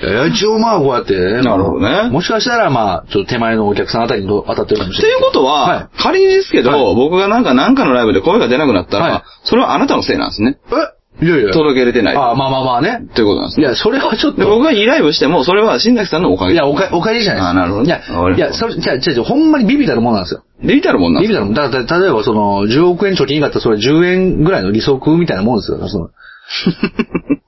Speaker 2: いや、一応まあ、こうやってね。
Speaker 1: なるほどね。
Speaker 2: もしかしたらまあ、ちょっと手前のお客さんあたりに当たってるかもしれない。
Speaker 1: っていうことは、はい、仮にですけど、はい、僕がなんかなんかのライブで声が出なくなったら、はい、それはあなたのせいなんですね。
Speaker 2: えいやいや。
Speaker 1: 届けれてない。
Speaker 2: ああ、まあまあまあね。
Speaker 1: ということなんです。
Speaker 2: いや、それはちょっと。
Speaker 1: 僕がいいライブしても、それは新崎さんのおかげ。
Speaker 2: いや、おか、おかげじゃないですか。
Speaker 1: ああ、なるほど。
Speaker 2: いや、いや、それ、じゃあ、じゃあ、ほんまにビビたるもんなんですよ。
Speaker 1: ビビたるもんなん
Speaker 2: ですかビビたるもん。だから、例えばその、じゅうおくえん貯金があったら、それじゅうえんぐらいの利息みたいなもんですよ。その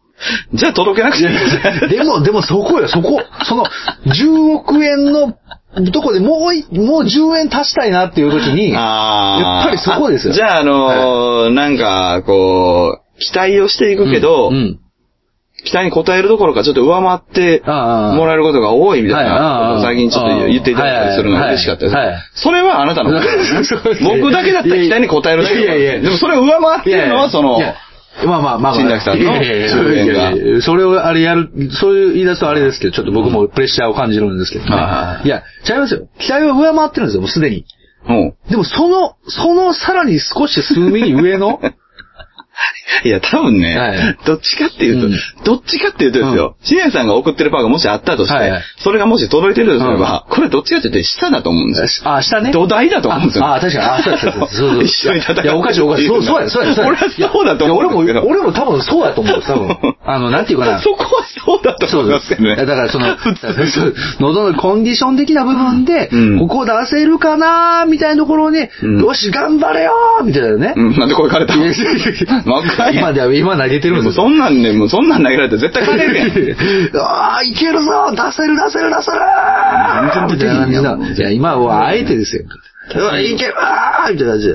Speaker 1: じゃあ届けなくていい。
Speaker 2: でも、でもそこよ、そこ。その、じゅうおくえんのとこでもう、もうじゅうえん足したいなっていう時に、やっぱりそこですよ。
Speaker 1: じゃあ、あのーはい、なんか、こう、期待をしていくけど、うんうん、期待に応えるどころかちょっと上回ってもらえることが多いみたいなことを最近ちょっと言っていただいたりするのが嬉しかったです。はいはい、それはあなたのことですね。僕だけだったら期待に応えるだけで。いやいやいやでもそれを上回ってるのはその、いやいや
Speaker 2: まあまあまあまあ。
Speaker 1: 新崎さんの周辺が。
Speaker 2: それをあれやる、そういう言い出すとあれですけど、ちょっと僕もプレッシャーを感じるんですけどね。いや、違いますよ。期待は上回ってるんですよ、もうすでに。うん。でもその、そのさらに少し数ミリ上の、
Speaker 1: いや、多分ね、はい、どっちかっていうと、うん、どっちかっていうとですよ、新谷さんが送ってるパワーがもしあったとして、はいはい、それがもし届いてるとすれば、うん、これどっちかっていうと下だと思うんですよ。
Speaker 2: あ、下ね。
Speaker 1: 土台だと思うんですよ。
Speaker 2: あ、確かに。あ、そうそうそうそう。一緒に戦って。いや、おかしいおかしい。そう、そうや、そうや、そうや。
Speaker 1: 俺はそうだと思うんですけど。
Speaker 2: 俺も、俺も多分そうだと思う、多分。あの、なんていうかな。
Speaker 1: そこはそうだと思うんですよね。
Speaker 2: だからその、喉のコンディション的な部分で、うん、ここ出せるかなーみたいなところに、うん、よし、頑張れよーみたいなね。
Speaker 1: うん、なんで声かれたの
Speaker 2: 今では、今投げてるんです
Speaker 1: よ。そんなんね、もうそんなん投げられたら絶対勝てるやん。
Speaker 2: ああ、いけるぞ出せる出せる出せるみたいな感じだ。いや、今はあえてですよ。うわ、いけるーみたいな感じ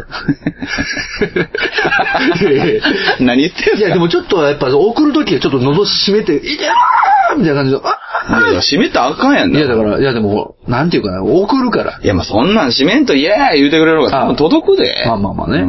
Speaker 1: で。何言ってるんすか？
Speaker 2: いや、でもちょっとやっぱ送るときはちょっと喉閉めて、いけるーみたいな感じで。
Speaker 1: いや、閉めたらあかんやんな。
Speaker 2: いや、だから、いや、でも、なんていうかな、送るから。
Speaker 1: いや、まあそんなん閉めんとイエーイ言うてくれる方が多分届くで。
Speaker 2: まあまあまあね。うん。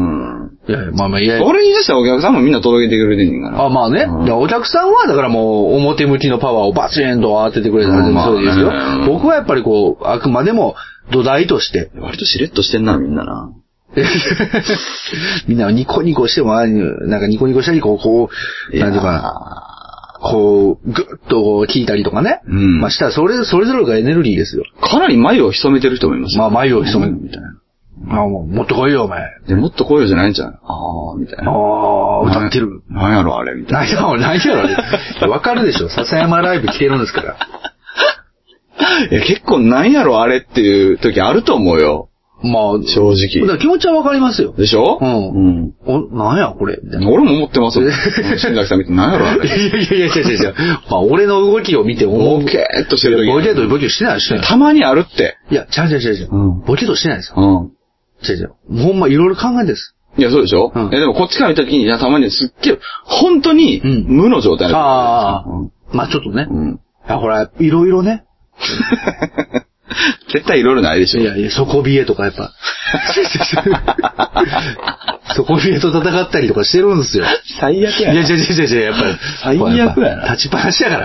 Speaker 2: いやいや、まあまあ、いや。
Speaker 1: 俺に出したお客さんもみんな届けてくれてんねんから。
Speaker 2: あ、まあね。うん、お客さんは、だからもう、表向きのパワーをバチンと当ててくれたら全然そうですよ。まあね、僕はやっぱりこう、あくまでも土台として。
Speaker 1: 割としれっとしてんな、みんなな。
Speaker 2: みんなニコニコしても、なんかニコニコしたり、こう、こう、なんていうかな。こう、ぐっとこう聞いたりとかね。うん。まあしたら、それ、それぞれがエネルギーですよ。
Speaker 1: かなり眉を潜めてる人もいます
Speaker 2: よ。まあ眉を潜めるみたいな。ああ、もう、もっと来いよ、お前。
Speaker 1: で、もっと来いよじゃないんじゃん。ああ、みたいな。
Speaker 2: ああ、歌ってる。
Speaker 1: なんやろ、あれ、みたい
Speaker 2: な。なんやろ、なんやろ、あれ。わかるでしょ。笹山ライブ来てるんですから。
Speaker 1: いや、結構なんやろ、あれっていう時あると思うよ。
Speaker 2: まあ、
Speaker 1: 正直。
Speaker 2: だから気持ちはわかりますよ。
Speaker 1: でしょ？うん。うん。
Speaker 2: お、なんやこれ。
Speaker 1: 俺も思ってますよ。新崎さん見て、なんやろあれ。
Speaker 2: いやいやいやいやいやまあ、俺の動きを見て思
Speaker 1: う。ボケーっとしてる時。
Speaker 2: ボケーっとボケーしてないしてない。
Speaker 1: たまにあるって。
Speaker 2: いや、ちゃうちゃうちゃうちゃう。うん。ボケーっとしてないですよ。うん。ちゃうちゃう。ほんまいろいろ考えです。
Speaker 1: いや、そうでしょ？うん。いや、でもこっちから見た時に、いや、たまにすっげえ、本当に、無の状態
Speaker 2: なんですよ。ああ。まあちょっとね。うん。いや、ほら、いろいろね。
Speaker 1: 絶対いろいろないでしょ。
Speaker 2: いやいや、底冷えとかやっぱ。底冷えと戦ったりとかしてるんですよ。
Speaker 1: 最悪やな。
Speaker 2: いや、違う違う違う、やっぱり。
Speaker 1: 最悪やな。
Speaker 2: 立ちっぱなしやから。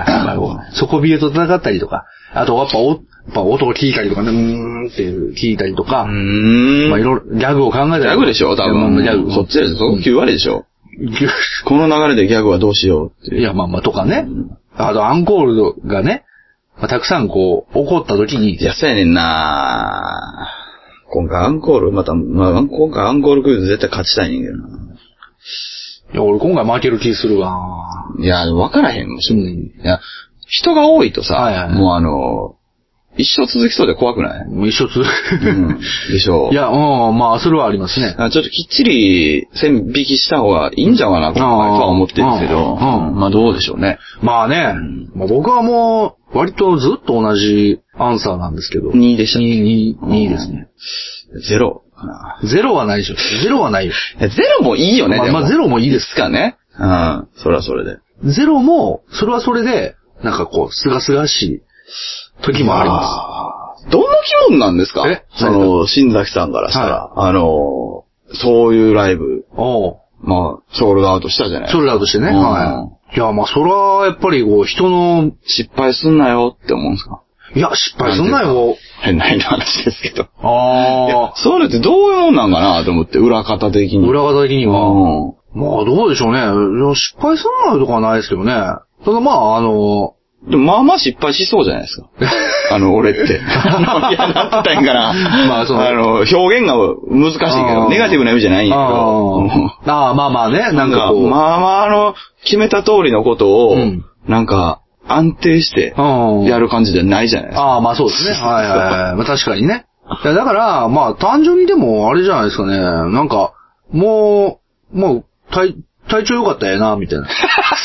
Speaker 2: 底冷えと戦ったりとか。あと、やっぱ、お、やっぱ音を聞いたりとかね、うーんって聞いたりとか。うーん。まあ、いろいろ、ギャグを考えたり。
Speaker 1: ギャグでしょ多分。ギャグ。そっちです。そこきゅう割でしょ。この流れでギャグはどうしようって。
Speaker 2: いや、まあまあ、とかね。あと、アンコールがね、まあ、たくさんこう、起こった時に。
Speaker 1: いや、そうやねんな今回アンコール、また、まあ、今回アンコールクイズ絶対勝ちたいねんけどな。
Speaker 2: いや、俺今回負ける気するわ。
Speaker 1: いや、わからへんもん、うん、いや、人が多いとさ、はいはいはい、もうあの、一生続きそうで怖くない？
Speaker 2: もう一生続く。うん。
Speaker 1: でしょう。
Speaker 2: いや、うん、まあ、それはありますね。
Speaker 1: ちょっときっちり線引きした方がいいんじゃないかなとは思ってるんですけど、うんうん、まあどうでしょうね。
Speaker 2: まあね、うん、まあ、僕はもう、割とずっと同じアンサーなんですけど。
Speaker 1: にでした。
Speaker 2: に、に、にですね。
Speaker 1: ゼロかな。
Speaker 2: ゼロはないでしょ。ゼロはないよ。
Speaker 1: ゼロもいいよね、
Speaker 2: まあ、まあ、ゼロもいいです
Speaker 1: かね。うん。それはそれで。
Speaker 2: ゼロも、それはそれで、なんかこう、すがすがしい時もあります。
Speaker 1: どんな気分なんですか？えその、新崎さんからしたら、はい、あの、そういうライブ。おまあ、ソールドアウトしたじゃないですか。
Speaker 2: ソールドアウトしてね。はい。いや、まあ、そら、やっぱりこう、人の、
Speaker 1: 失敗すんなよって思うんですか？
Speaker 2: いや、失敗すんなよ。
Speaker 1: 変な変な話ですけど。ああ。それってどういうもんなんかなと思って、裏方的に。
Speaker 2: 裏方的には。うん、まあ、どうでしょうね。失敗すんなよとかはないですけどね。ただまあ、あの、
Speaker 1: でもまあまあ失敗しそうじゃないですか。あの、俺って。いや、なんて言ったらいいんかな。まあ、そう。あの、表現が難しいけど、ネガティブな意味じゃないんやけど。
Speaker 2: ああ、まあまあね、なんかこう。
Speaker 1: まあまあ、あの、決めた通りのことを、うん、なんか、安定して、やる感じじゃないじゃないですか。
Speaker 2: ああ、まあそうですね。はいはいはい。まあ確かにね。いやだから、まあ単純にでも、あれじゃないですかね。なんか、もう、もう、体、体調良かったやな、みたいな。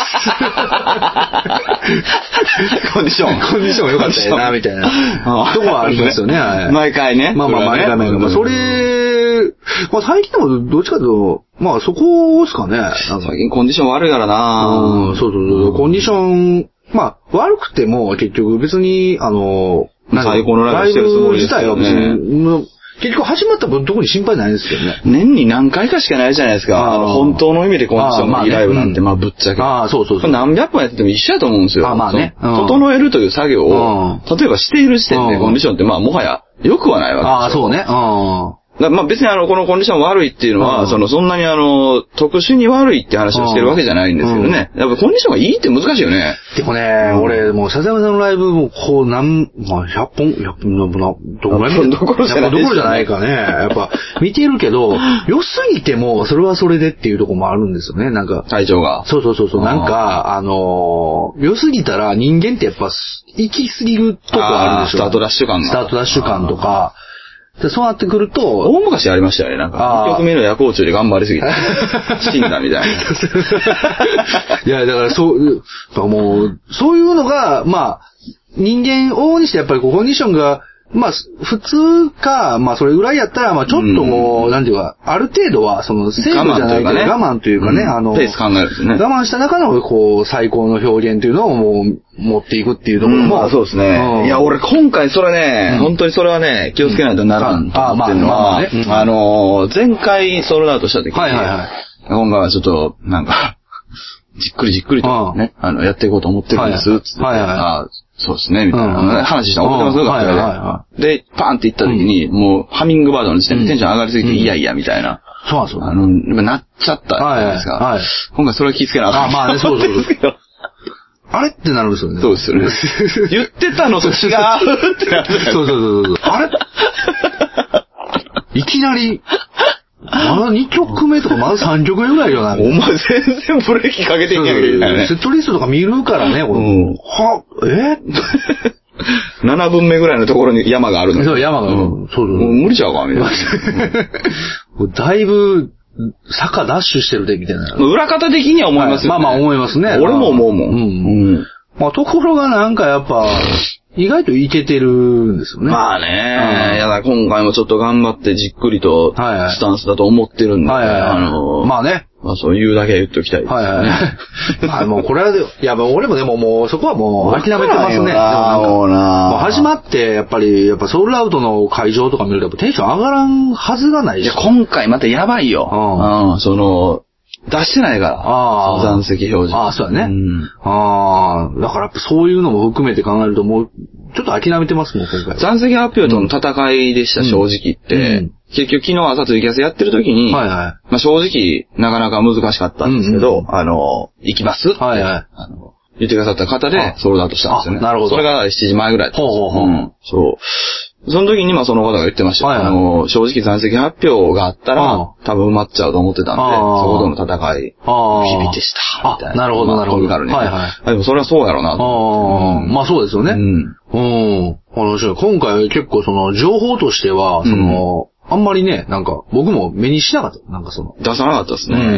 Speaker 1: コンディション。
Speaker 2: コンディション良かったよな、みたいな。とこはありますよね。
Speaker 1: 毎回ね。
Speaker 2: まあまあ、毎回毎回。まあ、それ、まあ最近でもどっちかというと、まあそこですかね。
Speaker 1: 最近コンディション悪いからな。
Speaker 2: うん、そうそうそう。コンディション、まあ悪くても結局別に、あの、
Speaker 1: 最高のライブしてるつもりですよね。
Speaker 2: ライブ自体は別に、結局始まった分特に心配ないんですけどね。
Speaker 1: 年に何回かしかないじゃないですか。あの本当の意味でコンディションがいいライブなんて、まあぶっちゃけ。
Speaker 2: ああ、そうそうそう。
Speaker 1: 何百本やってても一緒やと思うんですよ。
Speaker 2: あまあね。
Speaker 1: 整えるという作業を、例えばしている時点でコンディションってまあもはや良くはないわけですよ。
Speaker 2: ああ、そうね。うん。
Speaker 1: まあ別にあの、このコンディション悪いっていうのは、その、そんなにあの、特殊に悪いって話をしてるわけじゃないんですけどね。やっぱコンディションがいいって難しいよね。
Speaker 2: でもね、俺、もう、笹山さんのライブも、こう、なん、まあ、ひゃっぽん、ひゃっぽん、どこら
Speaker 1: どころじゃない。
Speaker 2: どころじゃないかね。やっぱ、見てるけど、良すぎても、それはそれでっていうところもあるんですよね、なんか。
Speaker 1: 体調が。
Speaker 2: そうそうそうそう、なんか、あの、良すぎたら人間ってやっぱ、行き過ぎるとこあるでしょ。
Speaker 1: スタートダッシュ感が。
Speaker 2: スタートダッシュ感とか、でそうなってくると、
Speaker 1: 大昔ありましたよね、なんか。いっきょくめの夜光虫で頑張りすぎて。死んだみたいな。
Speaker 2: いや、だからそう、もう、そういうのが、まあ、人間往々にしてやっぱりこうコンディションが、まあ、普通か、まあ、それぐらいやったら、まあ、ちょっとこう、うん、なんていうか、ある程度は、その、セーフじゃないけど、我慢というかね、あの、
Speaker 1: ペース考えるんですね。
Speaker 2: 我慢した中の、こう、最高の表現というのをもう、持っていくっていうところも。
Speaker 1: まあ、そうですね。いや、俺、今回それね、本当にそれはね、気をつけないとならんと思ってるのは、あの、前回ソールドアウトした時に、はいはいはい。今回はちょっと、なんか、じっくりじっくりとね、あの、やっていこうと思ってるんです、つって。はいはい。そうですね、みたいな話したら覚えてますか、楽屋で。で、パーンって行った時に、もう、ハミングバードの時点でテンション上がりすぎて、いやいや、みたいな。
Speaker 2: そうなんですよ。
Speaker 1: あの、なっちゃったじゃないですか。今回それは気をつけなあかん。
Speaker 2: あ、まあね、そうそうそう。あれってなるんですよね。
Speaker 1: そうですよね。言ってたのと違うってなる。
Speaker 2: そうそうそうそう。あれいきなり、まだにきょくめとかまださんきょくめぐらいよな。
Speaker 1: お前全然ブレーキかけていけないみたいなね。
Speaker 2: セットリストとか見るからね、これ。うん、は、え
Speaker 1: ななぶんめぐらいのところに山があるの。
Speaker 2: そう、山がある。うん、そうそう。
Speaker 1: もう無理ちゃうか、みたい
Speaker 2: な。だいぶ、坂ダッシュしてるで、みたいな。
Speaker 1: 裏方的には思いますよね。
Speaker 2: まあまあ思いますね。
Speaker 1: 俺も思うもん。うん。う
Speaker 2: ん。まあところがなんかやっぱ、意外といけてるんですよね。
Speaker 1: まあね。いやだ今回もちょっと頑張ってじっくりと、スタンスだと思ってるんで。
Speaker 2: はいはい。あのー、まあね。
Speaker 1: まあそう言うだけ言っておきたいですね。はいはい。
Speaker 2: まあもうこれは、いや俺もでももうそこはもう諦めてますね。
Speaker 1: ああ、もうな。
Speaker 2: もう始まって、やっぱり、やっぱソウルアウトの会場とか見るとテンション上がらんはずがないし。いや
Speaker 1: 今回またやばいよ。うん。うん、その、出してないから。ああ。残席表示。
Speaker 2: ああ、そうだね。うん。ああ。だからやっぱそういうのも含めて考えるともう、ちょっと諦めてますもん、今回。
Speaker 1: 残席発表との戦いでした、うん、正直言って。うん、結局昨日朝ツイキャスやってる時に、はいはい。まあ正直、なかなか難しかったんですけど、うんうん、あの、行きますはいはい。あの言ってくださった方で、ソールドアウトしたんですよね。
Speaker 2: なるほど。
Speaker 1: それがしちじまえぐらいだったんですよ。ほうほうほう。うん。そう。その時にまあその方が言ってました。はいはい、あの、正直残席発表があったら、多分埋まっちゃうと思ってたんで、そことの戦い、日々でした。みたいな。
Speaker 2: なるほど、なるほど。
Speaker 1: はいはい。でもそれはそうやろうなと。
Speaker 2: まあそうですよね。うん。うん。今回結構その、情報としては、その、あんまりね、なんか、僕も目にしなかった。なんかその。
Speaker 1: 出さなかったですね。うん。うん。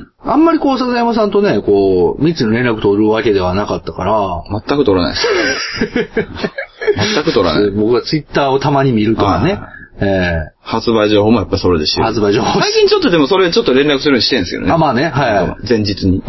Speaker 2: あんまりこう、笹山さんとね、こう、密に連絡取るわけではなかったから。
Speaker 1: 全く取らないです。全く取らない。
Speaker 2: 僕はツイッターをたまに見るとかね。ええー。
Speaker 1: 発売情報もやっぱそれでしてる。
Speaker 2: 発売情報。
Speaker 1: 最近ちょっとでもそれちょっと連絡するようにしてるんですけどね。
Speaker 2: あ、まあね、はい。
Speaker 1: 前日に。うん。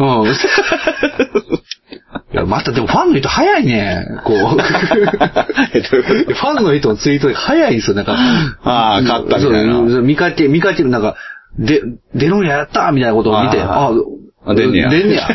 Speaker 2: いや、またでもファンの人早いね。こう。ファンの人のツイート早いんですよ、なんか。
Speaker 1: ああ、勝ったみたいな。
Speaker 2: 見かけ、見かける、なんか、で、出るんやったみたいなことを見て、あ
Speaker 1: あ、出んねや。
Speaker 2: 出んねや。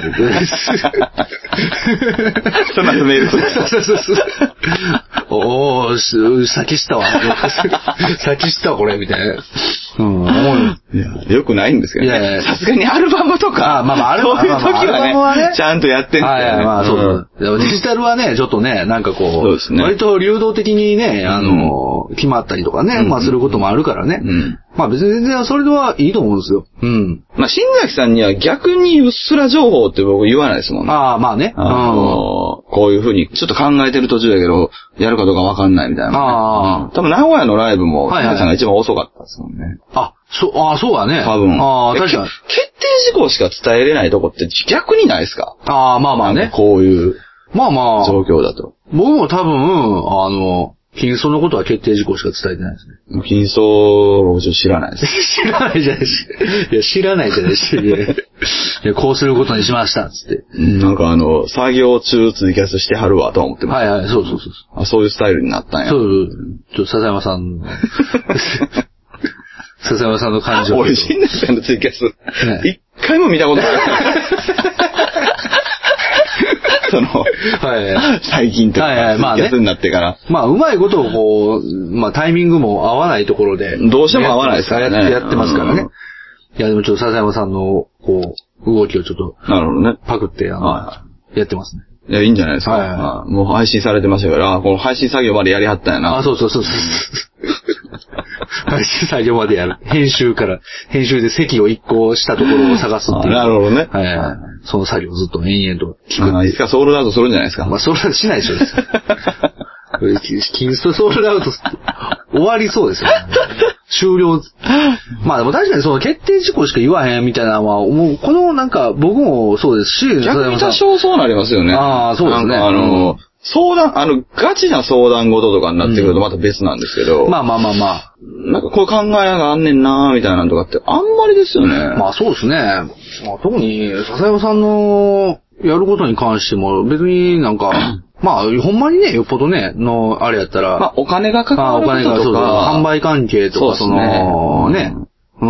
Speaker 1: そんなメールする。
Speaker 2: そうそうそう。おー、先したわ。先したわ、これ、みたいな。うん、
Speaker 1: いや、よくないんですけどね。さすがにアルバムとか、
Speaker 2: あまあまあ、アルバム
Speaker 1: はね、ちゃんとやってんだよね。
Speaker 2: まあそう。でもデジタルはね、ちょっとね、なんかこう、そうですね。割と流動的にね、あの、決まったりとかね、まあすることもあるからね。まあ別に全然それではいいと思うんですよ。うん。
Speaker 1: まあ新崎さんには逆にうっすら情報って僕言わないですもんね。
Speaker 2: ああ、まあね。
Speaker 1: あの、 こういう風に、ちょっと考えてる途中だけど、やるかどうかわかんないみたいな、ね。ああ。多分名古屋のライブも、はいはい、さんが一番遅かったですもんね。
Speaker 2: あ、そう、ああ、そうだね。
Speaker 1: 多分。
Speaker 2: ああ、確かに。
Speaker 1: 決定事項しか伝えれないとこって逆にないですか？
Speaker 2: ああ、まあまあね。
Speaker 1: こういう。
Speaker 2: まあまあ。
Speaker 1: 状況だと。
Speaker 2: 僕も多分、あの、金層のことは決定事項しか伝えてないですね。
Speaker 1: 金層を知らないです。
Speaker 2: 知らないじゃないし。いや、知らないじゃないし。いや、こうすることにしました、つって。
Speaker 1: なんかあの、作業中ツイキャスしてはるわ、と思ってます。
Speaker 2: はいはい、そうそうそう。
Speaker 1: あ、そういうスタイルになったんや。
Speaker 2: そうそう。ちょっと笹山さん。笹山さんの感情。
Speaker 1: 俺、新内さんのツイキャス、一回も見たことない。その、はい、最近とか、はいはい、まあね、になってから。
Speaker 2: まあ、うまいことをこう、まあ、タイミングも合わないところで。
Speaker 1: どうしても合わないですからね。
Speaker 2: やって、やってますからね。うん、いや、でもちょっと笹山さんの、こう、動きをちょっと、
Speaker 1: なるほどね。
Speaker 2: パクって、あの、はい、やってますね。
Speaker 1: いや、いいんじゃないですか。はいはい、もう配信されてましたから、この配信作業までやりはったんやな。
Speaker 2: あ、そうそうそうそう。配信作業までやる。編集から、編集で席を一個したところを探すっていう。
Speaker 1: なるほどね。
Speaker 2: はいはい。その作業をずっと延々と
Speaker 1: 聞く。あ、いつかソールドアウトするんじゃないですか。
Speaker 2: まあ、ソールドアウトしないでしょ。キンストソールドアウト終わりそうですよね。終了。まあでも確かにその決定事項しか言わへんみたいなのは、もうこのなんか僕もそうですし、
Speaker 1: 逆に多少そうなりますよね。
Speaker 2: ああ、そうですね。
Speaker 1: あの、相談、あの、ガチな相談事とかになってくるとまた別なんですけど。
Speaker 2: うん、まあまあまあまあ。
Speaker 1: なんかこういう考えがあんねんなーみたいなのとかってあんまりですよね。
Speaker 2: まあそうですね。まあ特に笹山さんのやることに関しても別になんか、まあ、ほんまにね、よっぽどね、の、あれやったら。
Speaker 1: まあ、お金がかかることとか。お金が、そう
Speaker 2: 販売関係とか、その、ね。うん。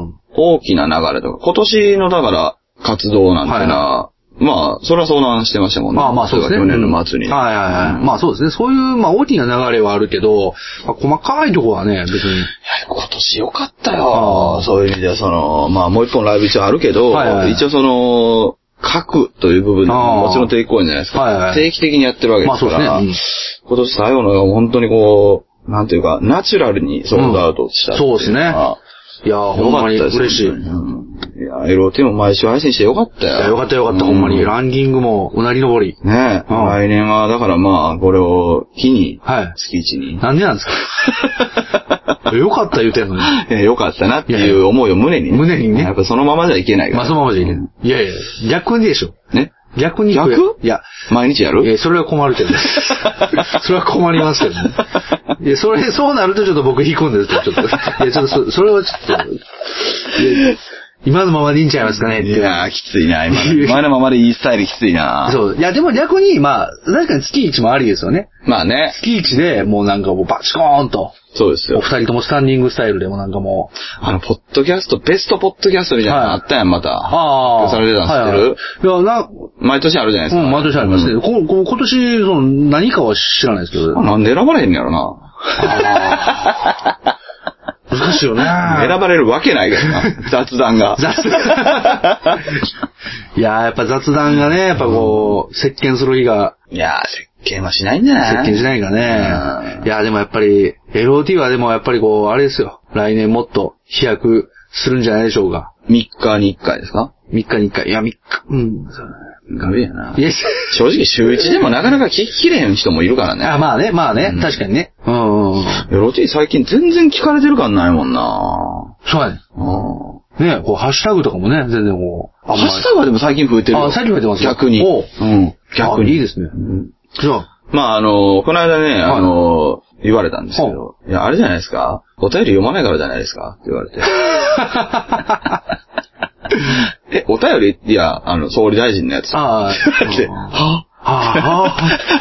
Speaker 1: 大きな流れとか。今年の、だから、活動なんてな、まあ、それは相談してましたもんね。
Speaker 2: まあまあそうですね。
Speaker 1: 去年の末に。
Speaker 2: はいはいはい。まあそうですね。そういう、まあ大きな流れはあるけど、細かいとこはね、別に。いや、
Speaker 1: 今年良かったよ。そういう意味では、その、まあもう一本ライブ一応あるけど、一応その、書くという部分でももちろん抵抗じゃないですか、はいはい。定期的にやってるわけですから。まあそうですね。うん、今年最後の本当にこう、なんていうか、ナチュラルにソールドアウトしたっていう、うん。そうですね。
Speaker 2: いやー、ほんまに嬉しい。うん
Speaker 1: いや、エルオーティー も毎週配信してよかったよ。
Speaker 2: いや、よかったよかった、うん、ほんまに。ランキングもうなり登り。
Speaker 1: ねえ、うん。来年は、だからまあ、これを機に、はい。月一に。
Speaker 2: なんでなんですかよかった言うてんのに。
Speaker 1: いや、よかったなっていう思いを胸に、
Speaker 2: ね。胸にね。
Speaker 1: やっぱそのままじゃいけないから。
Speaker 2: まあ、そのままじゃいけない。いやいや、逆にでしょ。
Speaker 1: ね
Speaker 2: 逆に。
Speaker 1: 逆
Speaker 2: いや。
Speaker 1: 毎日やる
Speaker 2: いや、それは困るけど。それは困りますけどね。いや、それ、そうなるとちょっと僕引っ込んでると、ちょっと。いや、ちょっとそ、それはちょっと。今のままでいいんちゃいますかねって。
Speaker 1: いやー、きついな、今の。今のままでいいスタイルきついな。
Speaker 2: そう。いや、でも逆に、まあ、確かに月一もありですよね。
Speaker 1: まあね。
Speaker 2: 月一で、もうなんかもうバチコーンと。
Speaker 1: そうですよ。
Speaker 2: お二人ともスタンディングスタイルでもなんかもう。
Speaker 1: あの、ポッドキャスト、ベストポッドキャストみたいなのあったやん、また。
Speaker 2: ああ。
Speaker 1: されてたん知ってる？
Speaker 2: はいはい、いや、な、
Speaker 1: 毎年あるじゃないですか。
Speaker 2: うん、毎年ありますね。うん、ここ今年、その、何かは知らないですけど。
Speaker 1: なんで選ばれへんのやろな。
Speaker 2: あ難しいよね。
Speaker 1: 選ばれるわけないからな。雑談が。雑
Speaker 2: 談。いやー、やっぱ雑談がね、やっぱこう、席巻する日が。
Speaker 1: いやー、席巻はしないんじゃない？
Speaker 2: 席巻しないかね。いやー、でもやっぱり、エルオーティー はでもやっぱりこう、あれですよ。来年もっと飛躍するんじゃないでしょうか。
Speaker 1: みっかにいっかいですか？
Speaker 2: みっかにいっかい。いや、みっか。うん。
Speaker 1: ダメやな。正直週いちでもなかなか聞ききれへん人もいるからね。
Speaker 2: あ、まあね、まあね、うん、確かにね。うんうんうん。
Speaker 1: エルオーティー 最近全然聞かれてる感ないもんな。
Speaker 2: そうやね。うん。ねこう、ハッシュタグとかもね、全然こう。
Speaker 1: ハッシュタグはでも最近増えてるよ。
Speaker 2: あ、最近増えてます
Speaker 1: 逆に。
Speaker 2: おう。
Speaker 1: うん。逆に。
Speaker 2: いいですね。うん。じゃあ。
Speaker 1: まああの、この間ね、あの、言われたんですけど、いや、あれじゃないですか。お便り読まないからじゃないですかって言われて。え、お便りいや、あの、総理大臣のやつ。
Speaker 2: ああ。
Speaker 1: は
Speaker 2: は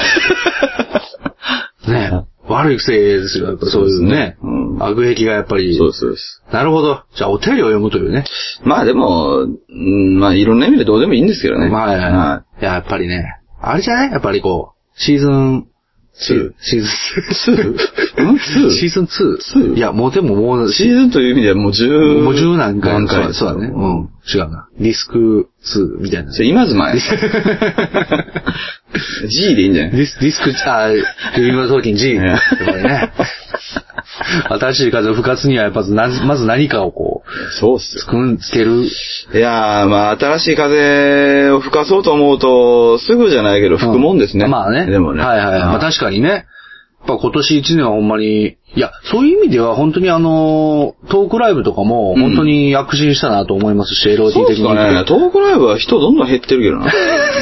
Speaker 2: ぁねえ。悪い癖ですよ。やっぱそういうね。うん、悪癖がやっぱり。
Speaker 1: そうです、そうです。
Speaker 2: なるほど。じゃあ、お便りを読むというね。
Speaker 1: まあでも、んまあいろんな意味でどうでもいいんですけどね。
Speaker 2: まあ、はい、はい。いや、やっぱりね。あれじゃないやっぱりこう、シーズン、ツー? シーズンツー? ん ツー? シーズンツー? ツー? いや、もうでももう、
Speaker 1: シーズンという意味ではもう十、
Speaker 2: もう十何回。何回そうだね。うん。違うな。ディスクツーみたいな。
Speaker 1: それ今ずまや。G でいいんじゃない？
Speaker 2: ディス、ディスク、あ、リビングトーキン G。やっぱりね。新しい風を復活にはやっぱまず何かをこう、
Speaker 1: そうっす。
Speaker 2: つく、つける。
Speaker 1: いやー、まあ、新しい風を吹かそうと思うと、すぐじゃないけど吹くもんですね。
Speaker 2: うん、まあね。
Speaker 1: でもね。
Speaker 2: はいはい。まあ確かにね。やっぱ今年一年はほんまに、いや、そういう意味では本当にあの、トークライブとかも本当に躍進したなと思いますし、うん、エルオーティー 的に。
Speaker 1: そうですかね。トークライブは人どんどん減ってるけどな。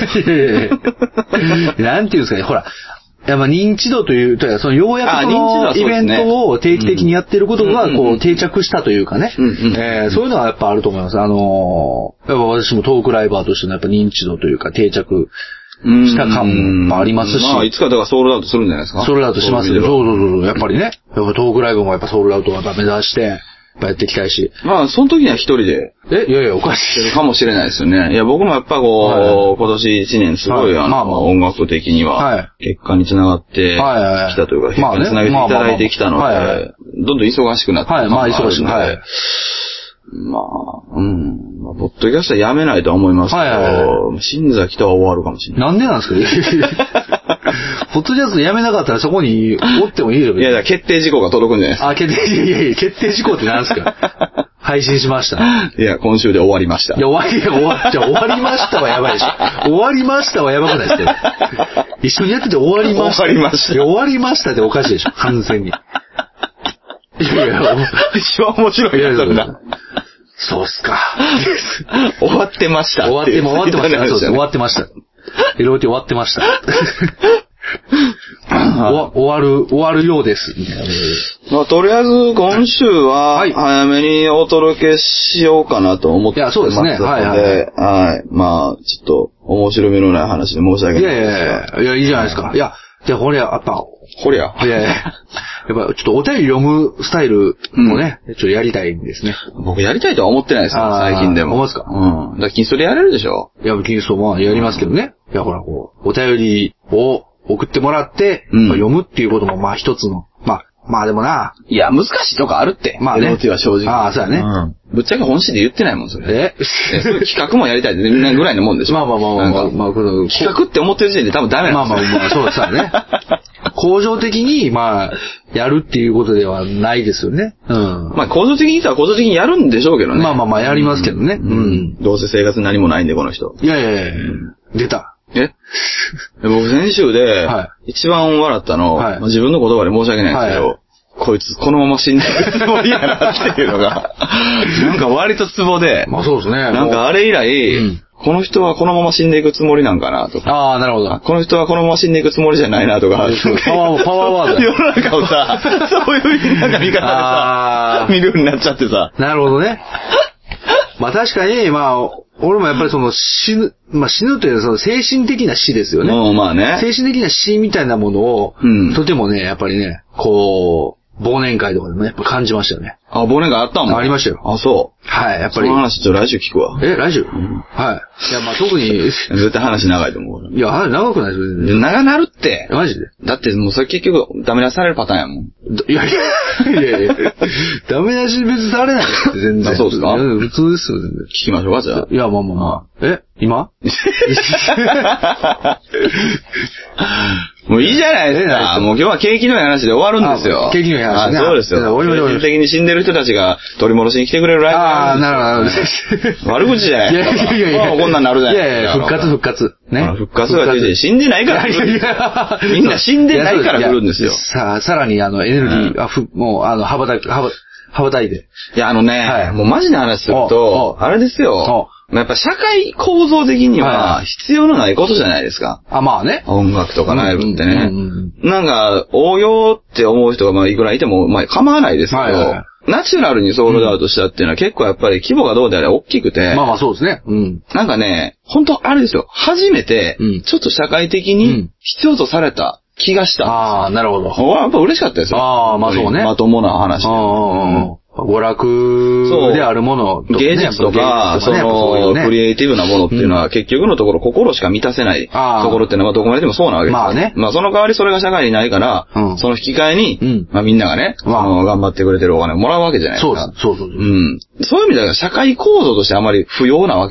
Speaker 2: なんていうんですかね、ほら、いやまあ認知度というと、そのようやくそのイベントを定期的にやってることがこう定着したというかね、えー、そういうのはやっぱあると思います。あのー、やっぱ私もトークライバーとしてのやっぱ認知度というか定着した感もありますし。
Speaker 1: まあいつかだからソールドアウトするんじゃないですか。
Speaker 2: ソールドアウトしますよ。そうそうそう。やっぱりね、やっぱトークライブもやっぱソールドアウトを目指して、やっていきたいし。
Speaker 1: まあ、その時には一人で。
Speaker 2: え、いやいや、おかしい。
Speaker 1: かもしれないですよね。いや、僕もやっぱこう、はい、今年一年すごい、はい、あの、まあまあ、音楽的には、はい、結果につながってきたというか、はい、結果につなげていただいてきたので、まあまあまあ、どんどん忙しくなってきた。
Speaker 2: はい、まあ忙しく。はい。
Speaker 1: まあ、うん。まあ、ポッドキャストはやめないとは思いますけど、はいはいはい、新崎とは終わるかもしれない。
Speaker 2: なんでなんですかポッドキャストやめなかったらそこにおってもいいよ。
Speaker 1: いやいや、決定事項が届くんじゃないですか。
Speaker 2: あ、決定、いやいや、決定事項って何ですか配信しました。
Speaker 1: いや、今週で終わりました。
Speaker 2: いや、終わり、終わ、じゃ終わりましたはやばいでしょ。終わりましたはやばくないですけど。一緒にやってて終わりました。
Speaker 1: 終わりました。
Speaker 2: いや、終わりましたっておかしいでしょ。完全に。いやいや、
Speaker 1: 一番面白いやつだ。
Speaker 2: そうっすか。
Speaker 1: 終わってました。
Speaker 2: 終わって、終わってました。そうです。終わってました。エルオーティー終わってました。終わる、終わるようです。
Speaker 1: まあ、とりあえず今週は早めにお届けしようかなと思ってますので、いや、そうですね。はいはい。はい。まあ、ちょっと面白みのない話で申し訳ないですが。い
Speaker 2: やいやいや、いいじゃないですか。いや、じゃあ、これやっぱ、
Speaker 1: こりゃ。
Speaker 2: いやいや。やっぱ、ちょっとお便り読むスタイルもね、うん、ちょっとやりたいんですね。
Speaker 1: 僕やりたいとは思ってないですよ、最近でも。
Speaker 2: 思いますか？
Speaker 1: うん。だから、キンストでやれるでしょ？
Speaker 2: いや、キンストまあやりますけどね。いや、ほら、こう、お便りを送ってもらって、うん、まあ、読むっていうことも、まあ一つの、まあ、まあでもな。
Speaker 1: いや、難しいとこあるって。まあね。エルオーティーは正直。
Speaker 2: ああ、そうやね。うん。
Speaker 1: ぶっちゃけ本心で言ってないもん、それ。えそういう企画もやりたいってみんなぐらいのもんでしょ。
Speaker 2: まあまあまあまあまあ、まあ、この
Speaker 1: 企画って思ってる時点で多分ダメなんですよ。
Speaker 2: まあまあまあ、そうですよね。向上的に、まあ、やるっていうことではないですよね。うん。
Speaker 1: まあ、構造的に言ったら構造的にやるんでしょうけどね。
Speaker 2: まあまあまあ、やりますけどね。うん。うん、
Speaker 1: どうせ生活何もないんで、この人。
Speaker 2: いやいやいや、うん、出た。
Speaker 1: え僕、先週で、一番笑ったの、はい、まあ、自分の言葉で申し訳ないんですけど、はい、こいつこのまま死んでいくつもりやなっていうのが、なんか割とツボで、
Speaker 2: まあそうですね。
Speaker 1: なんかあれ以来、うん、この人はこのまま死んでいくつもりなんかなとか。
Speaker 2: ああ、なるほど。
Speaker 1: この人はこのまま死んでいくつもりじゃないなとか。
Speaker 2: パワー、パワーワード。
Speaker 1: 世の中をさ、そういうなんか見方でさ、見るようになっちゃってさ。
Speaker 2: なるほどね。まあ確かに、まあ、俺もやっぱりその死ぬ、まあ死ぬというのはその精神的な死ですよね。
Speaker 1: まあね。
Speaker 2: 精神的な死みたいなものを、うん、とてもね、やっぱりね、こう、忘年会とかでもね、やっぱ感じましたよね。
Speaker 1: あ、忘年会あったもん。
Speaker 2: ありましたよ。
Speaker 1: あ、そう。
Speaker 2: はい、やっぱり。
Speaker 1: その話ちょっと来週聞くわ。
Speaker 2: え、来週、うん、はい。いや、まあ特に。
Speaker 1: 絶対話長いと思う。
Speaker 2: いや、話長くないですよ。
Speaker 1: 長なるって。
Speaker 2: マジで。
Speaker 1: だってもうそれ結局ダメ出しされるパターンやもん。
Speaker 2: いやいや、いやいや、ダメ出し別にされないって全然。
Speaker 1: あ、そうですか？
Speaker 2: 普通ですよ、全然。
Speaker 1: 聞きましょうか、じゃあ。
Speaker 2: いや、まあまあまあ。え今
Speaker 1: もういいじゃないですか。もう今日は景気のいい話で終わるんですよ。
Speaker 2: 景気のいい話ね。
Speaker 1: そうですよ。精神的に死んでる人たちが取り戻しに来てくれるライブ
Speaker 2: ああ、なるほど。
Speaker 1: 悪口じゃないですか。いやいやいや。こんなんなるじゃないですか。
Speaker 2: いやいや、復活復活。ね。
Speaker 1: 復活が出て死んでないから来る。みんな死んでないから来るんですよ。
Speaker 2: さあ、さらにあの、エネルギー、あ、ふ、もう、あの、羽ばたく、羽ば、羽ばたいて。
Speaker 1: いや、あのね、もうマジな話すると、あれですよ。やっぱ社会構造的には必要のないことじゃないですか。
Speaker 2: あ、まあね。
Speaker 1: 音楽とかライブってね。なんか、応用って思う人がまあいくらいても、まあ構わないですけど、ナチュラルにソールドアウトしたっていうのは結構やっぱり規模がどうであれ大きくて。
Speaker 2: まあまあそうですね。うん。
Speaker 1: なんかね、本当あれですよ。初めて、ちょっと社会的に必要とされた気がした。
Speaker 2: ああ、なるほど。
Speaker 1: やっぱ嬉しかったですよ。
Speaker 2: ああ、まあそうね。
Speaker 1: まともな話。
Speaker 2: ああ。娯楽であるもの
Speaker 1: とか、ね、芸術とか、その、クリエイティブなものっていうのは、結局のところ心しか満たせないところっていうのはどこまででもそうなわけですよ。まあね。まあその代わりそれが社会にないから、その引き換えに、まあみんながね、頑張ってくれてるお金をもらうわけじゃないですか。
Speaker 2: そうそうそう。
Speaker 1: うん。そういう意味では社会構造としてあまり不要なわけですよ。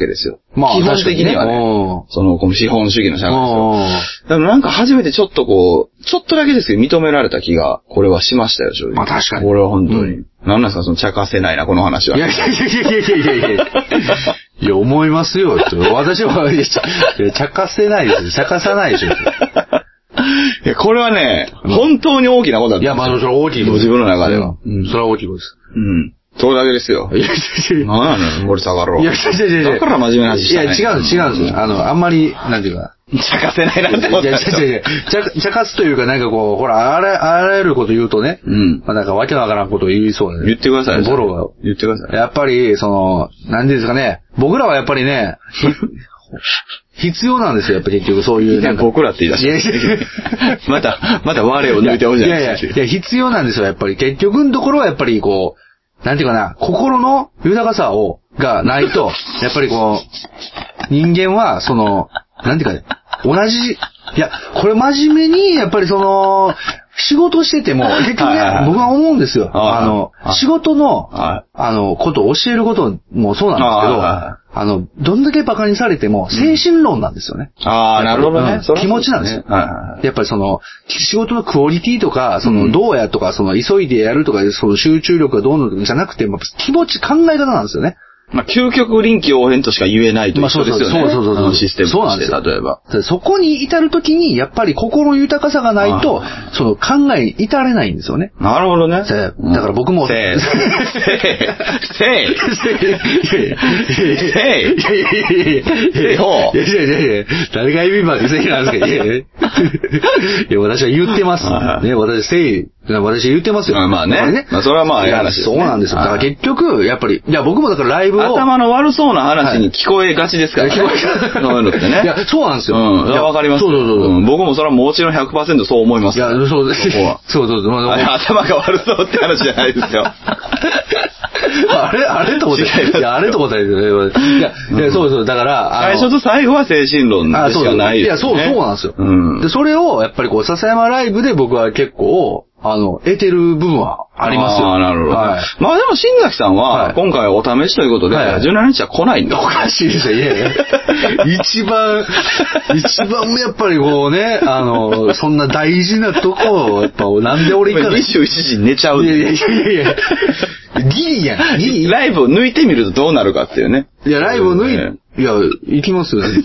Speaker 2: まあ、
Speaker 1: 基本的にはね、その、この資本主義の社会ですよ。でもなんか初めてちょっとこう、ちょっとだけですけど認められた気が、これはしましたよ、正直。
Speaker 2: まあ確かに。
Speaker 1: これは本当に。うん、なんなんですか、その茶化せないな、この話は。
Speaker 2: いやいやいやいやいやいやいやいや、思いますよ。私は、茶化せないです。茶化さないでしょ。い
Speaker 1: や、これはね、本当に大きなことだった。
Speaker 2: いや、まあ、それは大きいこと。
Speaker 1: 自分の中では。
Speaker 2: うん、それは大きいことです。
Speaker 1: うん。それだけですよ。いやいやいや。なんやねん、森下がろう。
Speaker 2: いやいやいやいや。
Speaker 1: だから真面目な話したね。
Speaker 2: いや、違うんです、違うんです。あの、あんまり、なんていうか。
Speaker 1: 茶化せないなって思った。いや、
Speaker 2: 違う違う。茶化すというか、なんかこう、ほら、あれ、あらゆること言うとね。うん。まあなんかわけのわからんことを言いそうで、ね。
Speaker 1: 言ってください。
Speaker 2: ボロが。
Speaker 1: 言ってください。
Speaker 2: やっぱり、その、なんていうんですかね。僕らはやっぱりね、必要なんですよ、やっぱ結局そういう。
Speaker 1: なんか僕らって言い出して。また、また我を抜いておるじゃないですか。
Speaker 2: いやいや、いや、必要なんですよ、やっぱり。結局のところはやっぱりこう、なんていうかな、心の豊かさを、がないと、やっぱりこう、人間は、その、なんていうかね、同じ、いや、これ真面目に、やっぱりその、仕事してても、結局ね、はいはいはい、僕は思うんですよ。あの、仕事の、あの、ことを教えることもそうなんですけど、あ, あの、どんだけ馬鹿にされても、精神論なんですよね。
Speaker 1: うん、ああ、なるほどね。
Speaker 2: うん、気持ちなんですよ。はいはい、やっぱりその、仕事のクオリティとか、その、どうやとか、その、急いでやるとか、その、集中力がどうのとかじゃなくて、気持ち、考え方なんですよね。
Speaker 1: まあ、究極臨機応変としか言えないと一緒ですよね。
Speaker 2: まあ、そうそうそうそう。
Speaker 1: システムとして。そうなんですよ。例えば。
Speaker 2: そこに至るときに、やっぱり心の豊かさがないと、その考えに至れないんですよね。
Speaker 1: なるほどね。
Speaker 2: だから僕も。
Speaker 1: せい。せい。せい。せい。せい。
Speaker 2: いやいやいやいや。いやいやいやいや。誰が指までせいなんですか。いやいや。いや、私は言ってます。ね、私せい。私言ってますよ。
Speaker 1: まあね。まあそれはまあ、いい話です。
Speaker 2: そうなんですよ。だから結局、やっぱり、いや、僕もだからライブを。
Speaker 1: 頭の悪そうな話に聞こえがちですからね。聞こえがち。そういうのってね。
Speaker 2: いや、そうなんですよ。
Speaker 1: うん。いや、わかります。
Speaker 2: そうそうそう。
Speaker 1: 僕もそれはもちろん ひゃくパーセント そう思います。
Speaker 2: いや、そうです。そうそうそう。
Speaker 1: 頭が悪そうって話じゃないですよ。
Speaker 2: あれあれと思って。いや、あれと思ったんですよね。いや、いやそうそう。だから、
Speaker 1: 最初と最後は精神論でしかないですよね。
Speaker 2: いや、そう、そうなんですよ。うん。で、それを、やっぱりこう、笹山ライブで僕は結構、あの、得てる部分はありますよ。
Speaker 1: ああ、なるほど。はい。まあでも、新崎さんは、今回お試しということで、じゅうしちにちは来ないんだ。
Speaker 2: おかしいですよ、いやいや。一番、一番やっぱりこうね、あの、そんな大事なとこを、やっぱ、なんで俺行かない。
Speaker 1: にじゅういちじに寝ちゃう。
Speaker 2: いやいやいやいやギリやん、ギリ。
Speaker 1: ライブを抜いてみるとどうなるかっていうね。
Speaker 2: いや、ライブを抜い、いや、行きますよ、い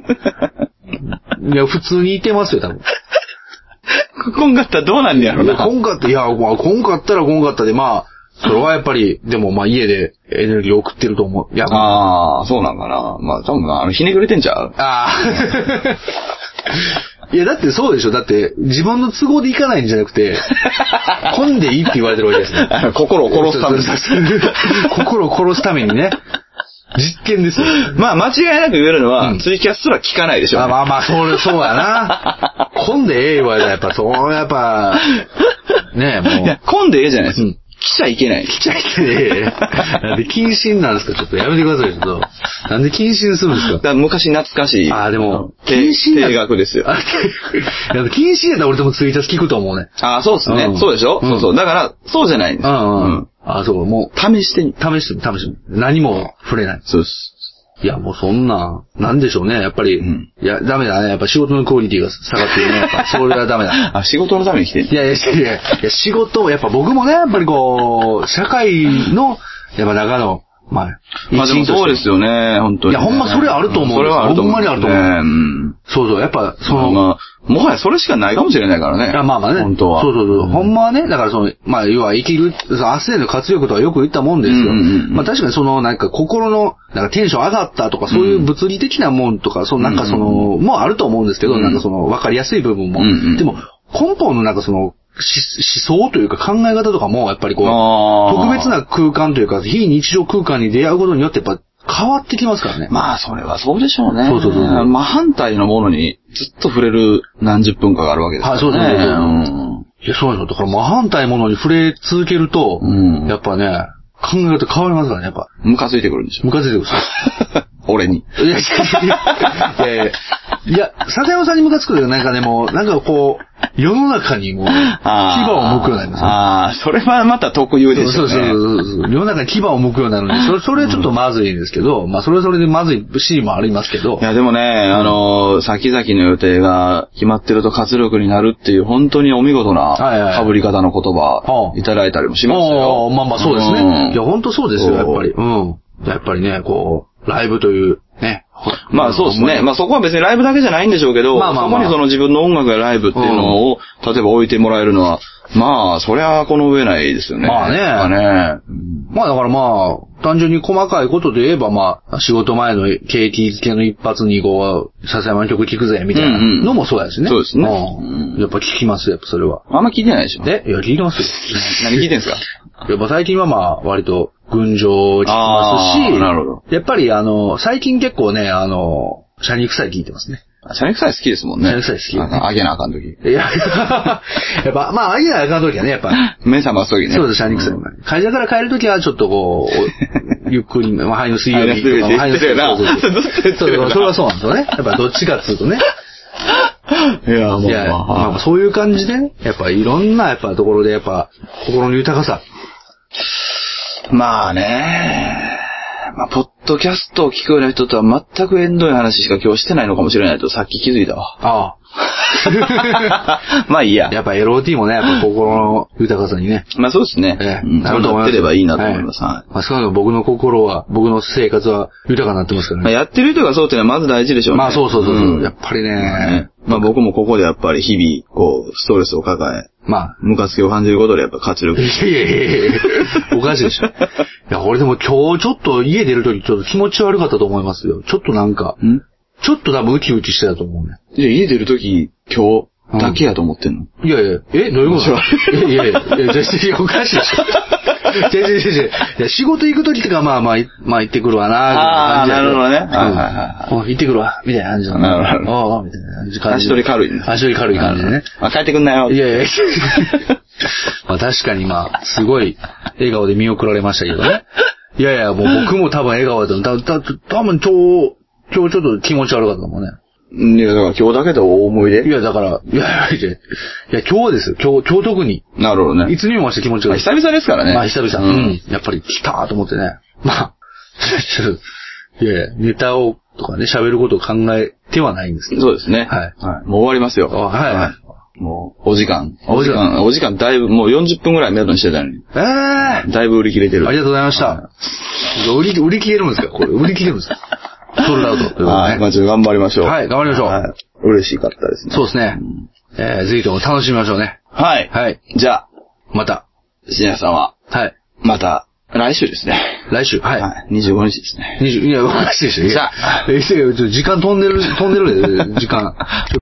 Speaker 2: や、普通にいてますよ、多分。
Speaker 1: こんかったらどうなんねやろな。
Speaker 2: こんかった、いや、まあ、こんかったらこんかったで、まあ、それはやっぱり、でもまあ家でエネルギーを送ってると思う。いや、
Speaker 1: ああ、そうなんかな。まあ、多分あの、ひねくれてんちゃう？
Speaker 2: ああ。いや、だってそうでしょ。だって、自分の都合で行かないんじゃなくて、混んでいいって言われてるわけですね。
Speaker 1: 心を殺すために。
Speaker 2: 心を殺すためにね。実験ですよ。
Speaker 1: まあ、間違いなく言えるのは、うん、ツイキャスすら聞かないでしょ、ね。
Speaker 2: あまあまあ、そう、そうやな。混んでええ言われたら、やっぱ、そう、やっぱ、ねえ、もう。
Speaker 1: いや、混んでええじゃないですか。うん来ちゃいけない。
Speaker 2: 来ちゃいけない。なんで謹慎なんですか？ちょっとやめてください、ちょっと。なんで謹慎するんですか？
Speaker 1: だから昔懐かしい。
Speaker 2: ああ、でも、
Speaker 1: 謹慎定額ですよ。
Speaker 2: 謹慎やったら俺でもツイキャス聞くと思うね。
Speaker 1: ああ、そうですね、うん。そうでしょ、うん、そうそう。だから、そうじゃないんです。うんうん。うん、
Speaker 2: ああ、そう、もう。試してみ。試してみ、試してみ。何も触れない。
Speaker 1: そうです。
Speaker 2: いや、もうそんな、なんでしょうね。やっぱり、うん、いや、ダメだね。やっぱ仕事のクオリティが下がってるね。やっぱ、それはダメだ。
Speaker 1: あ、仕事のために来てんの？
Speaker 2: いやいやいやいや、仕事、やっぱ僕もね、やっぱりこう、社会の、やっぱ中の、まあ、
Speaker 1: まあでもそうですよね、本当に、ね。
Speaker 2: いや、ほんまそれあると思う。それはあると思う。ほんまにあると思う。うん、そうそう、やっぱ、その、
Speaker 1: まあ、もはやそれしかないかもしれないからね。
Speaker 2: いや、まあまあね。
Speaker 1: 本当は。
Speaker 2: そうそうそう。うん、ほんまはね、だからその、まあ、要は生きる、その明日への活力とはよく言ったもんですよ。うんうんうん、まあ確かにその、なんか心の、なんかテンション上がったとか、そういう物理的なもんとか、そのなんかその、もうあると思うんですけど、うん、なんかその、わかりやすい部分も。うんうん、でも、根本のなんかその、思想というか考え方とかも、やっぱりこう、特別な空間というか、非日常空間に出会うことによって、やっぱ変わってきますからね。
Speaker 1: まあ、それはそうでしょうね。
Speaker 2: そうそうそう。
Speaker 1: 真反対のものにずっと触れる何十分かがあるわけですからね。
Speaker 2: はい、そうそうそう。うん、いや、そうですよ。だから真反対ものに触れ続けると、うん、やっぱね、考え方変わりますからね、やっぱ。
Speaker 1: ムカついてくるんでしょ。
Speaker 2: ムカついてくる。
Speaker 1: 俺に。
Speaker 2: いや、いやいや、いや、笹山さんにムカつくよ。なんかね、もう、なんかこう、世の中にもう、牙を向くようになります。
Speaker 1: ああ、それはまた特有ですよね。
Speaker 2: そうそうそう。世の中に牙を向くようになるんで、それ、それはちょっとまずいんですけど、うん、まあ、それはそれでまずいシーンもありますけど。
Speaker 1: いや、でもね、あのー、先々の予定が決まってると活力になるっていう、本当にお見事な、被り方の言葉、いただいたりもしましたよ。
Speaker 2: まあまあ、そうですね。うん、いや、本当そうですよ、やっぱり。うん。やっぱりね、こう、ライブという、ね。
Speaker 1: まあそうですね。まあそこは別にライブだけじゃないんでしょうけど、まあまあまあ、そこにその自分の音楽やライブっていうのを、うん、例えば置いてもらえるのは、まあ、そりゃこの上ないですよね。
Speaker 2: まあね。まあね。まあだからまあ、単純に細かいことで言えばまあ、仕事前のケーティー漬けの一発にこう、笹山の曲聴くぜ、みたいなのもそうですね。
Speaker 1: うんうん、そうですね、
Speaker 2: うん。やっぱ聴きますよ、やっぱそれは。
Speaker 1: あんま聴いてないでしょ。
Speaker 2: えいや、聴いてますよ。
Speaker 1: 何聴いてんすか
Speaker 2: やっぱ最近はまあ、割と、群青を聴きますし、
Speaker 1: なるほど。
Speaker 2: やっぱりあの、最近結構ね、あの、シャニ臭い聴いてますね。
Speaker 1: シャニ臭い好きですもんね。
Speaker 2: シャニ臭い好き、ね。
Speaker 1: なんか、あげなあかんとき。い
Speaker 2: や、やっぱ、まあ、あげなあかんときはね、やっぱ。
Speaker 1: 目覚ますときね。
Speaker 2: そうです、シャニ臭い。うん、会社から帰るときは、ちょっとこう、ゆっくり、まあ、はいの水曜日とか、はいの水曜日。そうそう、それはそうなんですよね。やっぱどっちかっていうとね。
Speaker 1: いや、もう、
Speaker 2: いやまあ、そういう感じでね、やっぱいろんな、やっぱところで、やっぱ、心の豊かさ。
Speaker 1: まあね。まあ、ポッドキャストを聞くような人とは全く縁遠い話しか今日してないのかもしれないとさっき気づいたわ。
Speaker 2: あ
Speaker 1: あ。まあいいや。
Speaker 2: やっぱ エルオーティー もね、やっぱ心の豊かさにね。
Speaker 1: まあそうですね。ええ、うん、そうなってればいいなと思います。はい。はい、
Speaker 2: まあ、少なくとも僕の心は、僕の生活は豊かになってますからね。
Speaker 1: まあ、やってる人がそうっていうのはまず大事でしょうね。
Speaker 2: まあそうそうそうそう、うん。やっぱりね。
Speaker 1: まあね、まあ僕もここでやっぱり日々、こう、ストレスを抱え、
Speaker 2: まあ、
Speaker 1: ムカつきを感じることでやっぱ活力。
Speaker 2: いやいやいやいやおかしいでしょ。いや、俺でも今日ちょっと家出るときちょっと気持ち悪かったと思いますよ。ちょっとなんか、んちょっと多分ウキウキしてたと思うね。
Speaker 1: いや、家出るとき、今日だけやと思ってんの、
Speaker 2: うん、いやいや、えどういうこといやいやいや、いや、いやおかしいでしょ。いやいやいやいや、仕事行くときとかまあまあ、まあ行ってくるわな、みたいな感じ。
Speaker 1: ああ、なるほどね。
Speaker 2: はいはいはい。行ってくるわ、みたいな感じだ
Speaker 1: な。なるほど。
Speaker 2: ああ、みたいな感じ。
Speaker 1: 足取り軽いね。
Speaker 2: 足取り軽い感じでね。
Speaker 1: あ、帰ってくんなよ。
Speaker 2: いやいや。まあ確かにまあ、すごい笑顔で見送られましたけどね。いやいや、もう僕も多分笑顔だった。た、た、多分今日、今日ちょっと気持ち悪かったもんね。
Speaker 1: いや、だから今日だけで大思い出
Speaker 2: いや、だから、いやいやいや、いや今日ですよ。今日、今日特に。
Speaker 1: なるほどね。
Speaker 2: いつにも増して気持ちがいい。
Speaker 1: 久々ですからね。
Speaker 2: まあ久々。うん。やっぱり来たーと思ってね。まあ、ちょっと、いやいや、ネタを、とかね、喋ることを考えてはないんですけど。
Speaker 1: そうですね。
Speaker 2: はい。
Speaker 1: はい。もう終わりますよ。
Speaker 2: はい。はい。
Speaker 1: もう、お時間。お時間、お時間だいぶ、もうよんじゅっぷんぐらい目処にしてたのに。
Speaker 2: ええー。
Speaker 1: だいぶ売り切れてる。
Speaker 2: ありがとうございました。売り、売り切れるんですかこれ、売り切れるんですかソールドアウトということでね。
Speaker 1: はい。まあちょっと頑張りましょう。
Speaker 2: はい、頑張りましょう。はい。
Speaker 1: 嬉しかったですね。
Speaker 2: そうですね。うん、えー、ぜひとも楽しみましょうね。
Speaker 1: はい。
Speaker 2: はい。
Speaker 1: じゃあ、
Speaker 2: また。
Speaker 1: 深夜さんは。
Speaker 2: はい。
Speaker 1: また、来週ですね。
Speaker 2: 来週はい。
Speaker 1: はい。にじゅうごにちですね。
Speaker 2: にじゅう、いや、おかしいでしょ。
Speaker 1: じゃあ、
Speaker 2: え、時間飛んでる、飛んでるで、時間。